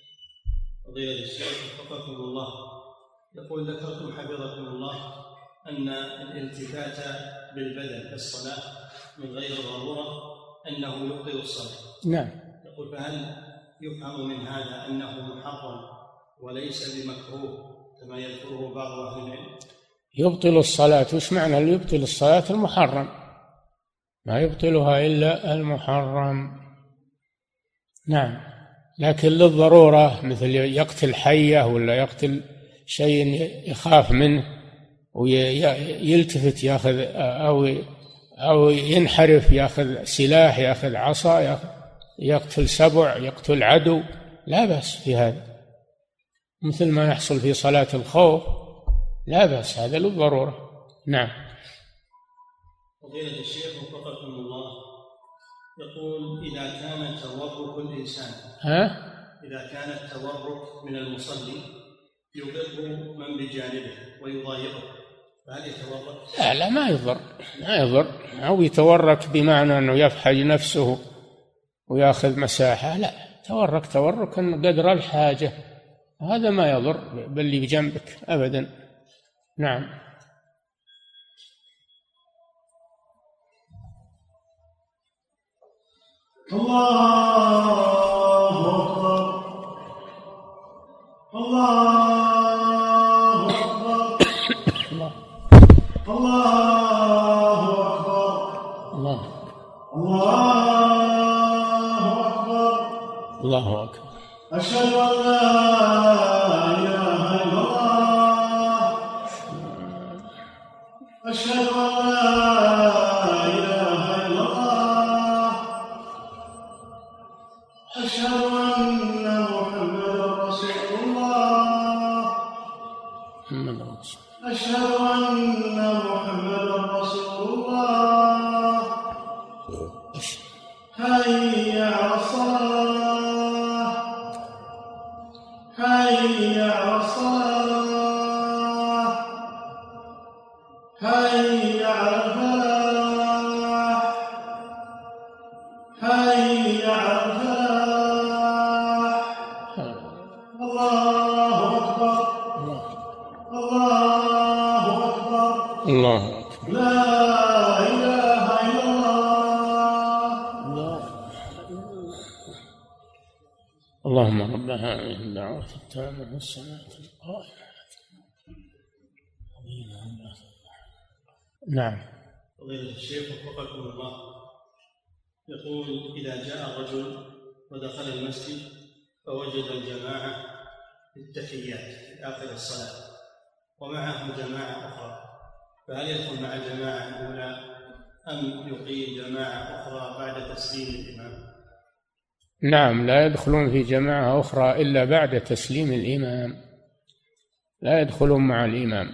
فضيلة الشيخ وفقكم الله، يقول: ذكرتم حفظكم الله أن الالتفات بالبدن في الصلاة من غير ضرورة أنه يبطل الصلاة. نعم. يقول: فهل يفهم من هذا أنه محرم وليس بمكروه كما يذكره بعض أهل العلم؟ يبطل الصلاة، وش معنى اللي يبطل الصلاة؟ المحرم، ما يبطلها إلا المحرم. نعم، لكن للضرورة مثل يقتل حية ولا يقتل شيء يخاف منه ويلتفت ياخذ أو أو ينحرف ياخذ سلاح ياخذ عصا ياخذ يقتل سبع يقتل عدو، لا بأس في هذا، مثل ما يحصل في صلاة الخوف، لا بأس، هذا للضرورة. نعم. فضيلة الشيخ وفقكم الله، يقول: إذا كان تورك الإنسان ها؟ إذا كان التورك من المصلي يضر من بجانبه ويضايقه، فهل يتورك؟ لا لا، ما يضر، ما يضر، أو يتورك بمعنى أنه يفحج نفسه ويأخذ مساحة، لا، تورك توركا قدر الحاجة، هذا ما يضر باللي بجنبك أبدا. نعم. الله أكبر، الله أكبر، الله الله أكبر، الله الله أكبر، الله أكبر. أشهد أن لا إله إلا الله، أشهد أن لا إله إلا الله، أشهد أن محمدا رسول الله، محمد رسول أشهد أن محمدا رسول الله، حي على الصلاة، حي على الصلاة، حي على الفلاح، حي على الفلاح، الله أكبر، الله أكبر، الله أكبر. لا إله إلا الله. اللهم رب هذه الدعوة التامة والصلاة القائمة. نعم. فضيلة الشيخ وفقكم الله، يقول: إذا جاء الرجل ودخل المسجد فوجد الجماعة في التحيات في آخر الصلاة ومعهم جماعة أخرى، فهل يدخل مع الجماعة الأولى أم يقيم جماعة أخرى بعد تسليم الإمام؟ نعم، لا يدخلون في جماعة أخرى إلا بعد تسليم الإمام، لا يدخلون مع الإمام،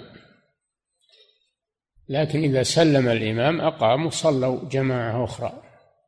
لكن إذا سلم الإمام أقاموا صلوا جماعة أخرى.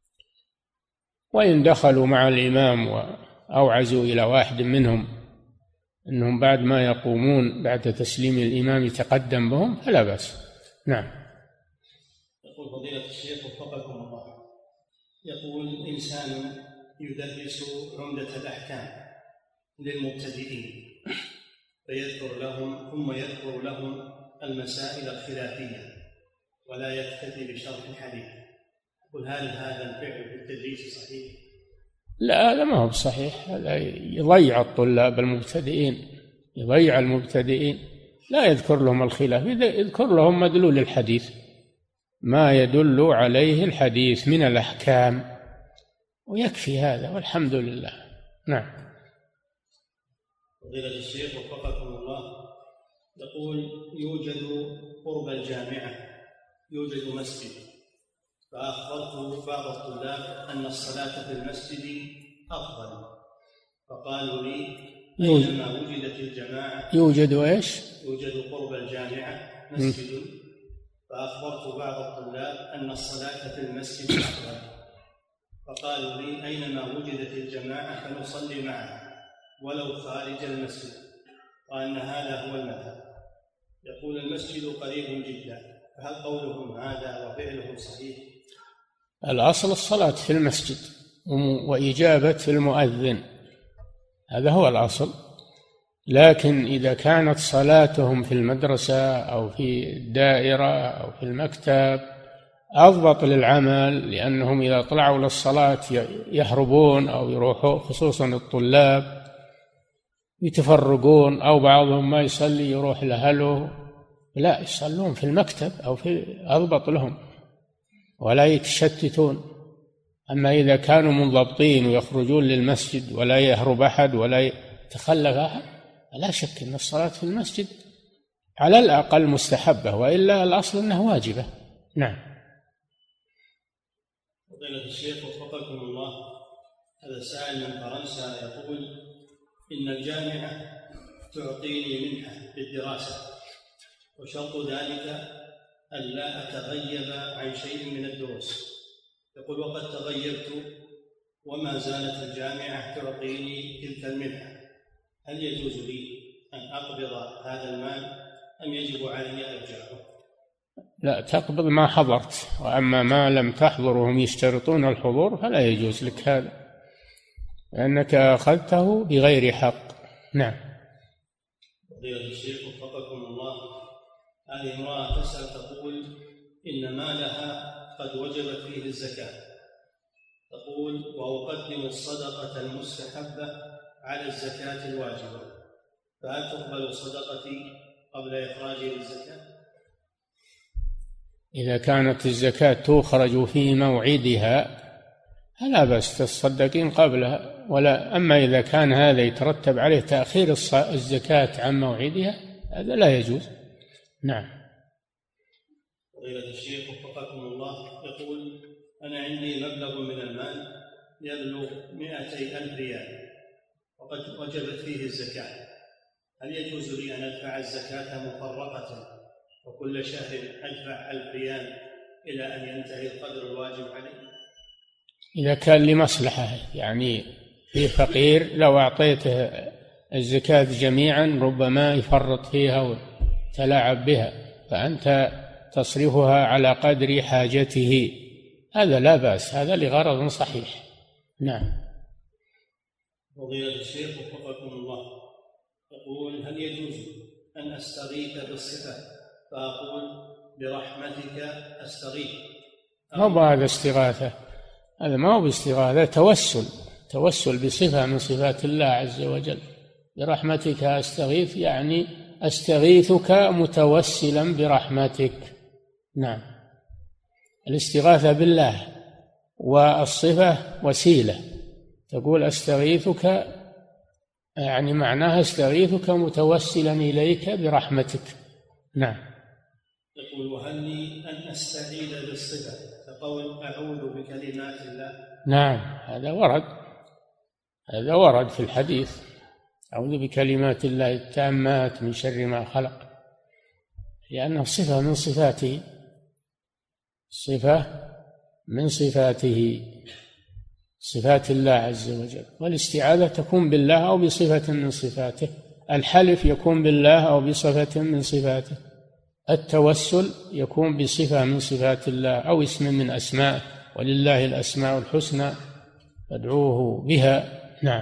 وإن دخلوا مع الإمام وأوعزوا إلى واحد منهم أنهم بعد ما يقومون بعد تسليم الإمام يتقدم بهم فلا بأس. نعم. يقول فضيلة الشيخ وفقكم الله، يقول: إنسان يدرس عمدة الأحكام للمبتدئين فيذكر لهم ثم يذكر لهم المسائل الخلافية ولا يكتفي بشرح الحديث، يقول: هل هذا الفعل في التدريس صحيح؟ لا، هذا ما هو بصحيح، هذا يضيع الطلاب المبتدئين، يضيع المبتدئين، لا يذكر لهم الخلاف، يذكر لهم مدلول الحديث، ما يدل عليه الحديث من الأحكام، ويكفي هذا والحمد لله. نعم. فضيلة الشيخ وفقكم الله، يقول يوجد قرب الجامعة يوجد مسجد، فأخبرت بعض الطلاب أن الصلاة في المسجد أفضل، فقالوا لي أينما وجدت الجماعة يوجد إيش؟ يوجد قرب الجامعة مسجد، فأخبرت بعض الطلاب أن الصلاة في المسجد أفضل، فقالوا لي أينما وجدت الجماعة فنصلي معها ولو خارج المسجد، وأن هذا هو المذهب. يقول المسجد قريب جدا، فهل قولهم هذا وفعلهم صحيح؟ الأصل الصلاة في المسجد وإجابة المؤذن، هذا هو الأصل. لكن إذا كانت صلاتهم في المدرسة أو في الدائرة أو في المكتب أضبط للعمل، لأنهم إذا طلعوا للصلاة يهربون أو يروحوا، خصوصا الطلاب يتفرقون، أو بعضهم ما يصلي يروح لأهله، لا، يصلون في المكتب أو في أضبط لهم ولا يتشتتون. أما إذا كانوا منضبطين ويخرجون للمسجد ولا يهرب أحد ولا يتخلف أحد، لا شك أن الصلاة في المسجد على الأقل مستحبة، وإلا الأصل أنها واجبة. نعم. فضيلة الشيخ وفقكم الله، هذا سائل من فرنسا يقول إن الجامعة تعطيني منحة للدراسة، وشرط ذلك ألا أتغيب عن شيء من الدروس. يقول وقد تغيبت وما زالت الجامعة تعطيني تلك المنحة، هل يجوز لي أن أقبض هذا المال أم يجب علي إرجاعه؟ لا، تقبض ما حضرت، وأما ما لم تحضر وهم يشترطون الحضور فلا يجوز لك هذا، لأنك أخذته بغير حق. نعم. فضيلة الشيخ وفقكم الله، هذه امرأة تسأل تقول إن مالها قد وجبت فيه الزكاة، تقول وأقدم الصدقة المستحبة على الزكاة الواجبة، فهل تقبل صدقتي قبل إخراجي للزكاة؟ إذا كانت الزكاة تخرج في موعدها فلا بأس تصدقين قبلها، ولا أما إذا كان هذا يترتب عليه تأخير الزكاة عن موعدها هذا لا يجوز. نعم. فضيلة الشيخ وفقكم الله، يقول أنا عندي مبلغ من المال يبلغ مئتي ألف ريال وقد وجبت فيه الزكاة، هل يجوز لي أن أدفع الزكاة مفرقة وكل شهر أدفع ألف ريال إلى أن ينتهي القدر الواجب علي؟ إذا كان لمصلحة، يعني في فقير لو أعطيته الزكاة جميعا ربما يفرط فيها وتلاعب بها، فأنت تصرفها على قدر حاجته، هذا لا بأس، هذا لغرض صحيح. نعم. فضيلة الشيخ وفقكم الله، يقول هل يجوز أن أستغيث بالصفة فأقول برحمتك أستغيث؟ ما هو هذا استغاثة، هذا ما هو باستغاثة، توسل، توسل بصفة من صفات الله عز وجل. برحمتك أستغيث يعني أستغيثك متوسلا برحمتك. نعم. الاستغاثة بالله، والصفة وسيلة، تقول أستغيثك يعني معناها أستغيثك متوسلا إليك برحمتك. نعم. يقول وهل لي أن أستعيذ بالصفة كقول أعوذ بكلمات الله؟ نعم، هذا ورد، هذا ورد في الحديث، أعوذ بكلمات الله التامات من شر ما خلق، لأنه صفة من صفاته، صفة من صفاته، صفات الله عز وجل. والاستعاذة تكون بالله أو بصفة من صفاته، الحلف يكون بالله أو بصفة من صفاته، التوسل يكون بصفة من صفات الله أو اسم من أسمائه، ولله الأسماء الحسنى فادعوه بها. نعم.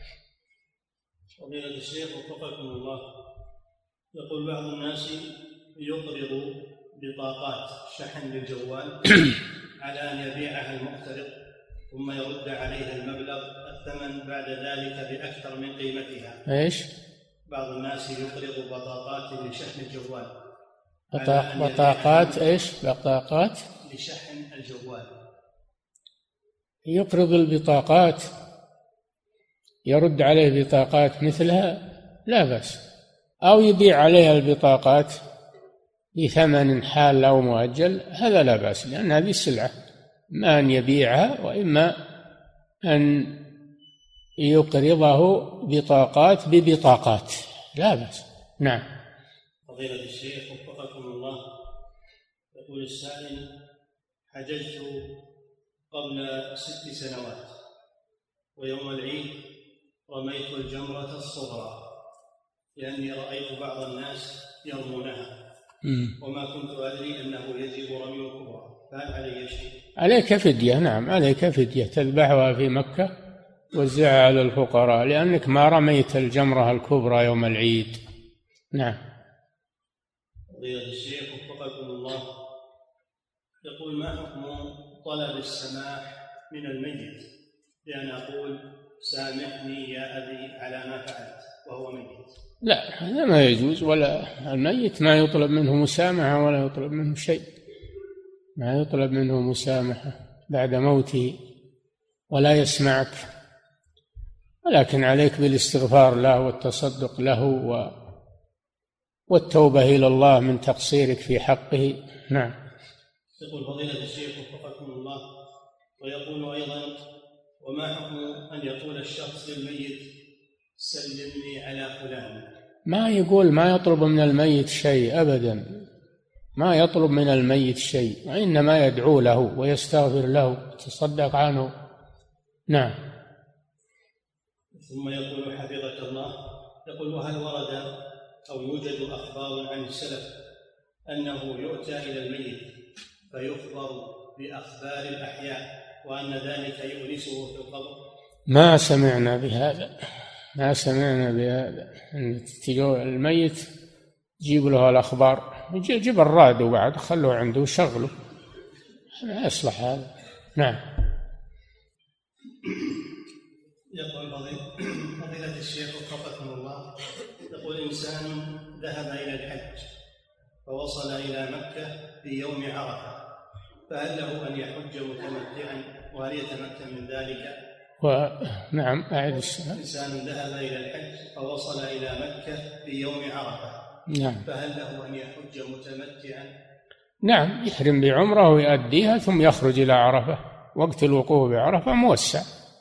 فضيلة الشيخ وفقكم الله، يقول بعض الناس يقرض بطاقات شحن للجوال على أن يبيعها المقترض ثم يرد عليها المبلغ الثمن بعد ذلك بأكثر من قيمتها. ايش؟ بعض الناس يقرض بطاقات لشحن الجوال. بطاق بطاقات ايش؟ بطاقات لشحن الجوال. يقرض البطاقات، يرد عليه بطاقات مثلها، لا بأس، أو يبيع عليها البطاقات بثمن حال أو مؤجل، هذا لا بأس، لأن هذه السلعة إما أن يبيعها وإما أن يقرضه بطاقات ببطاقات، لا بأس. نعم. فضيلة الشيخ وفقكم الله، يقول السائل: حججت قبل ست سنوات، ويوم العيد رميت الجمرة الصغرى لأني رأيت بعض الناس يرمونها وما كنت أدري أنه يجب رمي الكبرى، فهل علي شيء؟ عليك فدية، نعم عليك فدية، تذبحها في مكة وزعها على الفقراء، لأنك ما رميت الجمرة الكبرى يوم العيد. نعم. فضيلة الشيخ وفقكم الله، يقول: ما حكم طلب السماح من الميت بأن أقول سامحني يا أبي على ما فعلت وهو ميت؟ لا، هذا ما يجوز، ولا الميت ما يطلب منه مسامحة ولا يطلب منه شيء، ما يطلب منه مسامحة بعد موته ولا يسمعك، ولكن عليك بالاستغفار له والتصدق له والتوبة إلى الله من تقصيرك في حقه. نعم. يقول فضيلة الشيخ وفقكم الله، ويقول أيضا: وما حكم أن يقول الشخص للميت سلمني على فلان؟ ما يقول، ما يطلب من الميت شيء أبدا، ما يطلب من الميت شيء، وإنما يدعو له ويستغفر له ويتصدق عنه. نعم. ثم يقول حفظك الله، يقول: وهل ورد أو يوجد أخبار عن السلف أنه يؤتى إلى الميت فيخبر بأخبار الأحياء وأن ذلك يؤنسه في القبر؟ ما سمعنا بهذا، ما سمعنا بهذا، أن تجوا الميت جيب له الأخبار، جيب الراديو بعد خلوه عنده وشغله، ما يصلح هذا. نعم. يقول فضيلة الشيخ وفقكم الله، يقول: إنسان ذهب إلى الحج فوصل إلى مكة في يوم عرفة، فهل له أن يحج متمتعا وهل يتمكن من ذلك؟ ونعم أعد السؤال. إنسان ذهب إلى الحج فوصل إلى مكة في يوم عرفة، نعم، فهل له أن يحج متمتعا؟ نعم، يحرم بعمره ويؤديها ثم يخرج إلى عرفة، وقت الوقوف بعرفة موسع،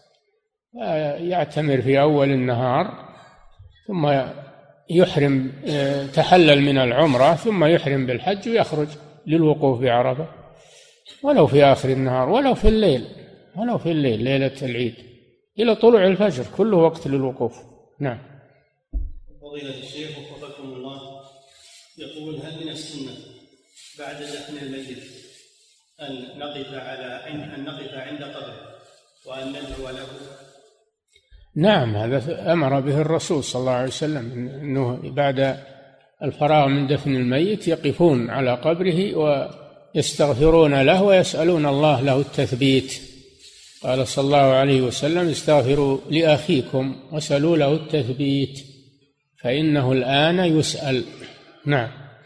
يعتمر في أول النهار ثم يحرم، تحلل من العمرة ثم يحرم بالحج ويخرج للوقوف بعرفة، ولو في آخر النهار ولو في الليل، ولو في الليل ليلة العيد إلى طلوع الفجر، كله وقت للوقوف. نعم. فضيلة الشيخ وفقكم الله، يقول: هل من السنة بعد دفن الميت أن نقف على أن نقف عند قبره وأن ندعو له؟ نعم، هذا أمر به الرسول صلى الله عليه وسلم، أنه بعد الفراغ من دفن الميت يقفون على قبره ويستغفرون له ويسألون الله له التثبيت. قال صلى الله عليه وسلم: استغفروا لأخيكم وسألوا له التثبيت فإنه الآن يسأل. نعم.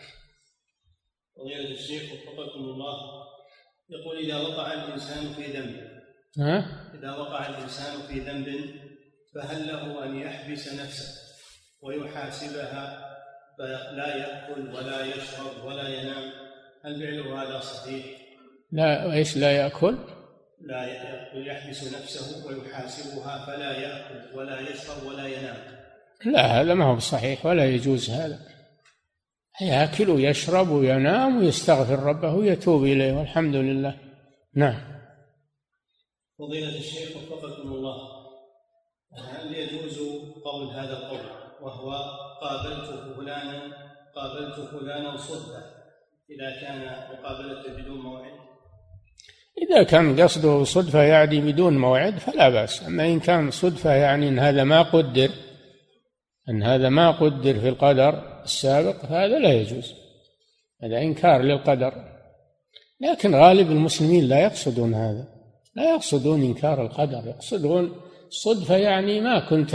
فضيلة الشيخ وفقكم الله، يقول: إذا وقع الإنسان في ذنب ها؟ إذا وقع الإنسان في ذنب فهل له أن يحبس نفسه ويحاسبها فلا يأكل ولا يشرب ولا ينام؟ هل فعله هذا صحيح؟ لا، إيش لا يأكل؟ لا يأكل، يحبس نفسه ويحاسبها فلا يأكل ولا يشرب ولا ينام. لا، هذا ما هو صحيح ولا يجوز هذا، يأكل ويشرب وينام ويستغفر ربه ويتوب إليه والحمد لله. نعم. فضيلة الشيخ وفقكم الله، هل يجوز قول هذا القول وهو قابلت فلانا قابلت فلانا صدفة إذا كان مقابلة بدون موعد؟ إذا كان قصده صدفة يعني بدون موعد فلا بأس، أما إن كان صدفة يعني أن هذا ما قدر أن هذا ما قدر في القدر السابق هذا لا يجوز، هذا إنكار للقدر. لكن غالب المسلمين لا يقصدون هذا، لا يقصدون إنكار القدر، يقصدون صدفة يعني ما كنت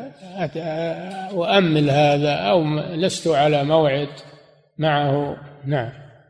أؤمل هذا أو لست على موعد معه. نعم.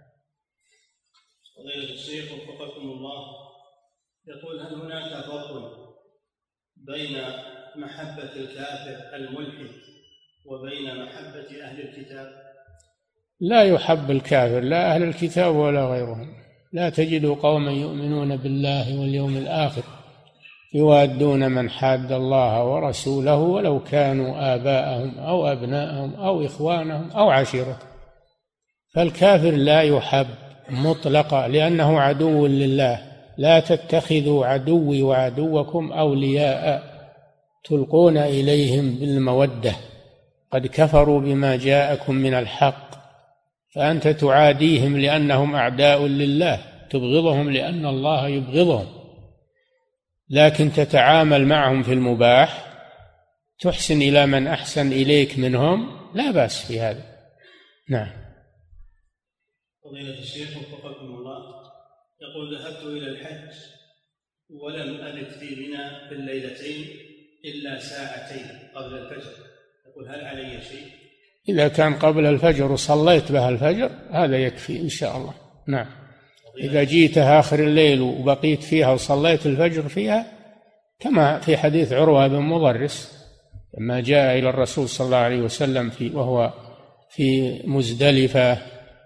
فضيلة الشيخ وفقكم الله، يقول: هل هناك فرق بين محبة الكافر الملحد وبين محبة أهل الكتاب؟ لا يحب الكافر، لا أهل الكتاب ولا غيرهم. لا تجد قوما يؤمنون بالله واليوم الآخر يوادون من حاد الله ورسوله ولو كانوا آباءهم أو أبناءهم أو إخوانهم أو عشيرتهم. فالكافر لا يحب مطلقا لأنه عدو لله. لا تتخذوا عدوي وعدوكم أولياء تلقون إليهم بالمودة قد كفروا بما جاءكم من الحق. فأنت تعاديهم لأنهم أعداء لله، تبغضهم لأن الله يبغضهم، لكن تتعامل معهم في المباح، تحسن إلى من أحسن إليك منهم، لا بأس في هذا. نعم. فضيلة الشيخ وفقكم الله، يقول ذهبت إلى الحج ولم أبت في منى في الليلتين إلا ساعتين قبل الفجر، يقول هل علي شيء؟ إذا كان قبل الفجر وصليت بها الفجر هذا يكفي إن شاء الله. نعم. إذا جيت آخر الليل وبقيت فيها وصليت الفجر فيها، كما في حديث عروة بن مضرس لما جاء إلى الرسول صلى الله عليه وسلم في وهو في مزدلفة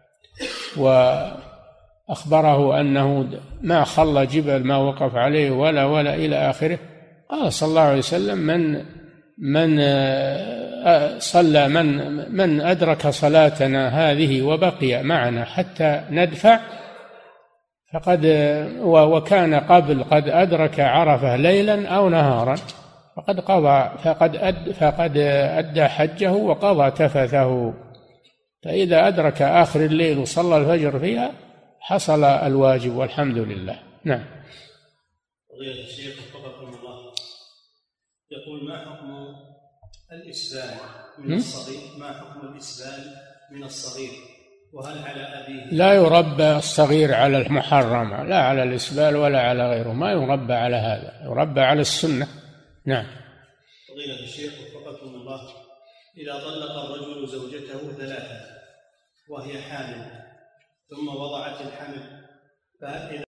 وأخبره أنه ما خلى جبل ما وقف عليه ولا ولا إلى آخره، قال صلى الله عليه وسلم من من صلى من من أدرك صلاتنا هذه وبقي معنا حتى ندفع فقد وكان قبل قد أدرك عرفة ليلا أو نهارا فقد قضى فقد أد فقد أدى حجه وقضى تفثه. فإذا أدرك آخر الليل وصلى الفجر فيها حصل الواجب والحمد لله. نعم. فضيلة الشيخ وفقكم الله، يقول ما حكم الإسبال من الصغير؟ ما حكم الإسبال من الصغير؟ وهل على أبيه؟ لا يربى الصغير على المحرم، لا على الإسبال ولا على غيره، ما يربى على هذا، يربى على السنة. نعم. فضيلة الشيخ وفقكم الله، إذا طلق الرجل زوجته ثلاثة وهي حامل ثم وضعت الحمل، فهل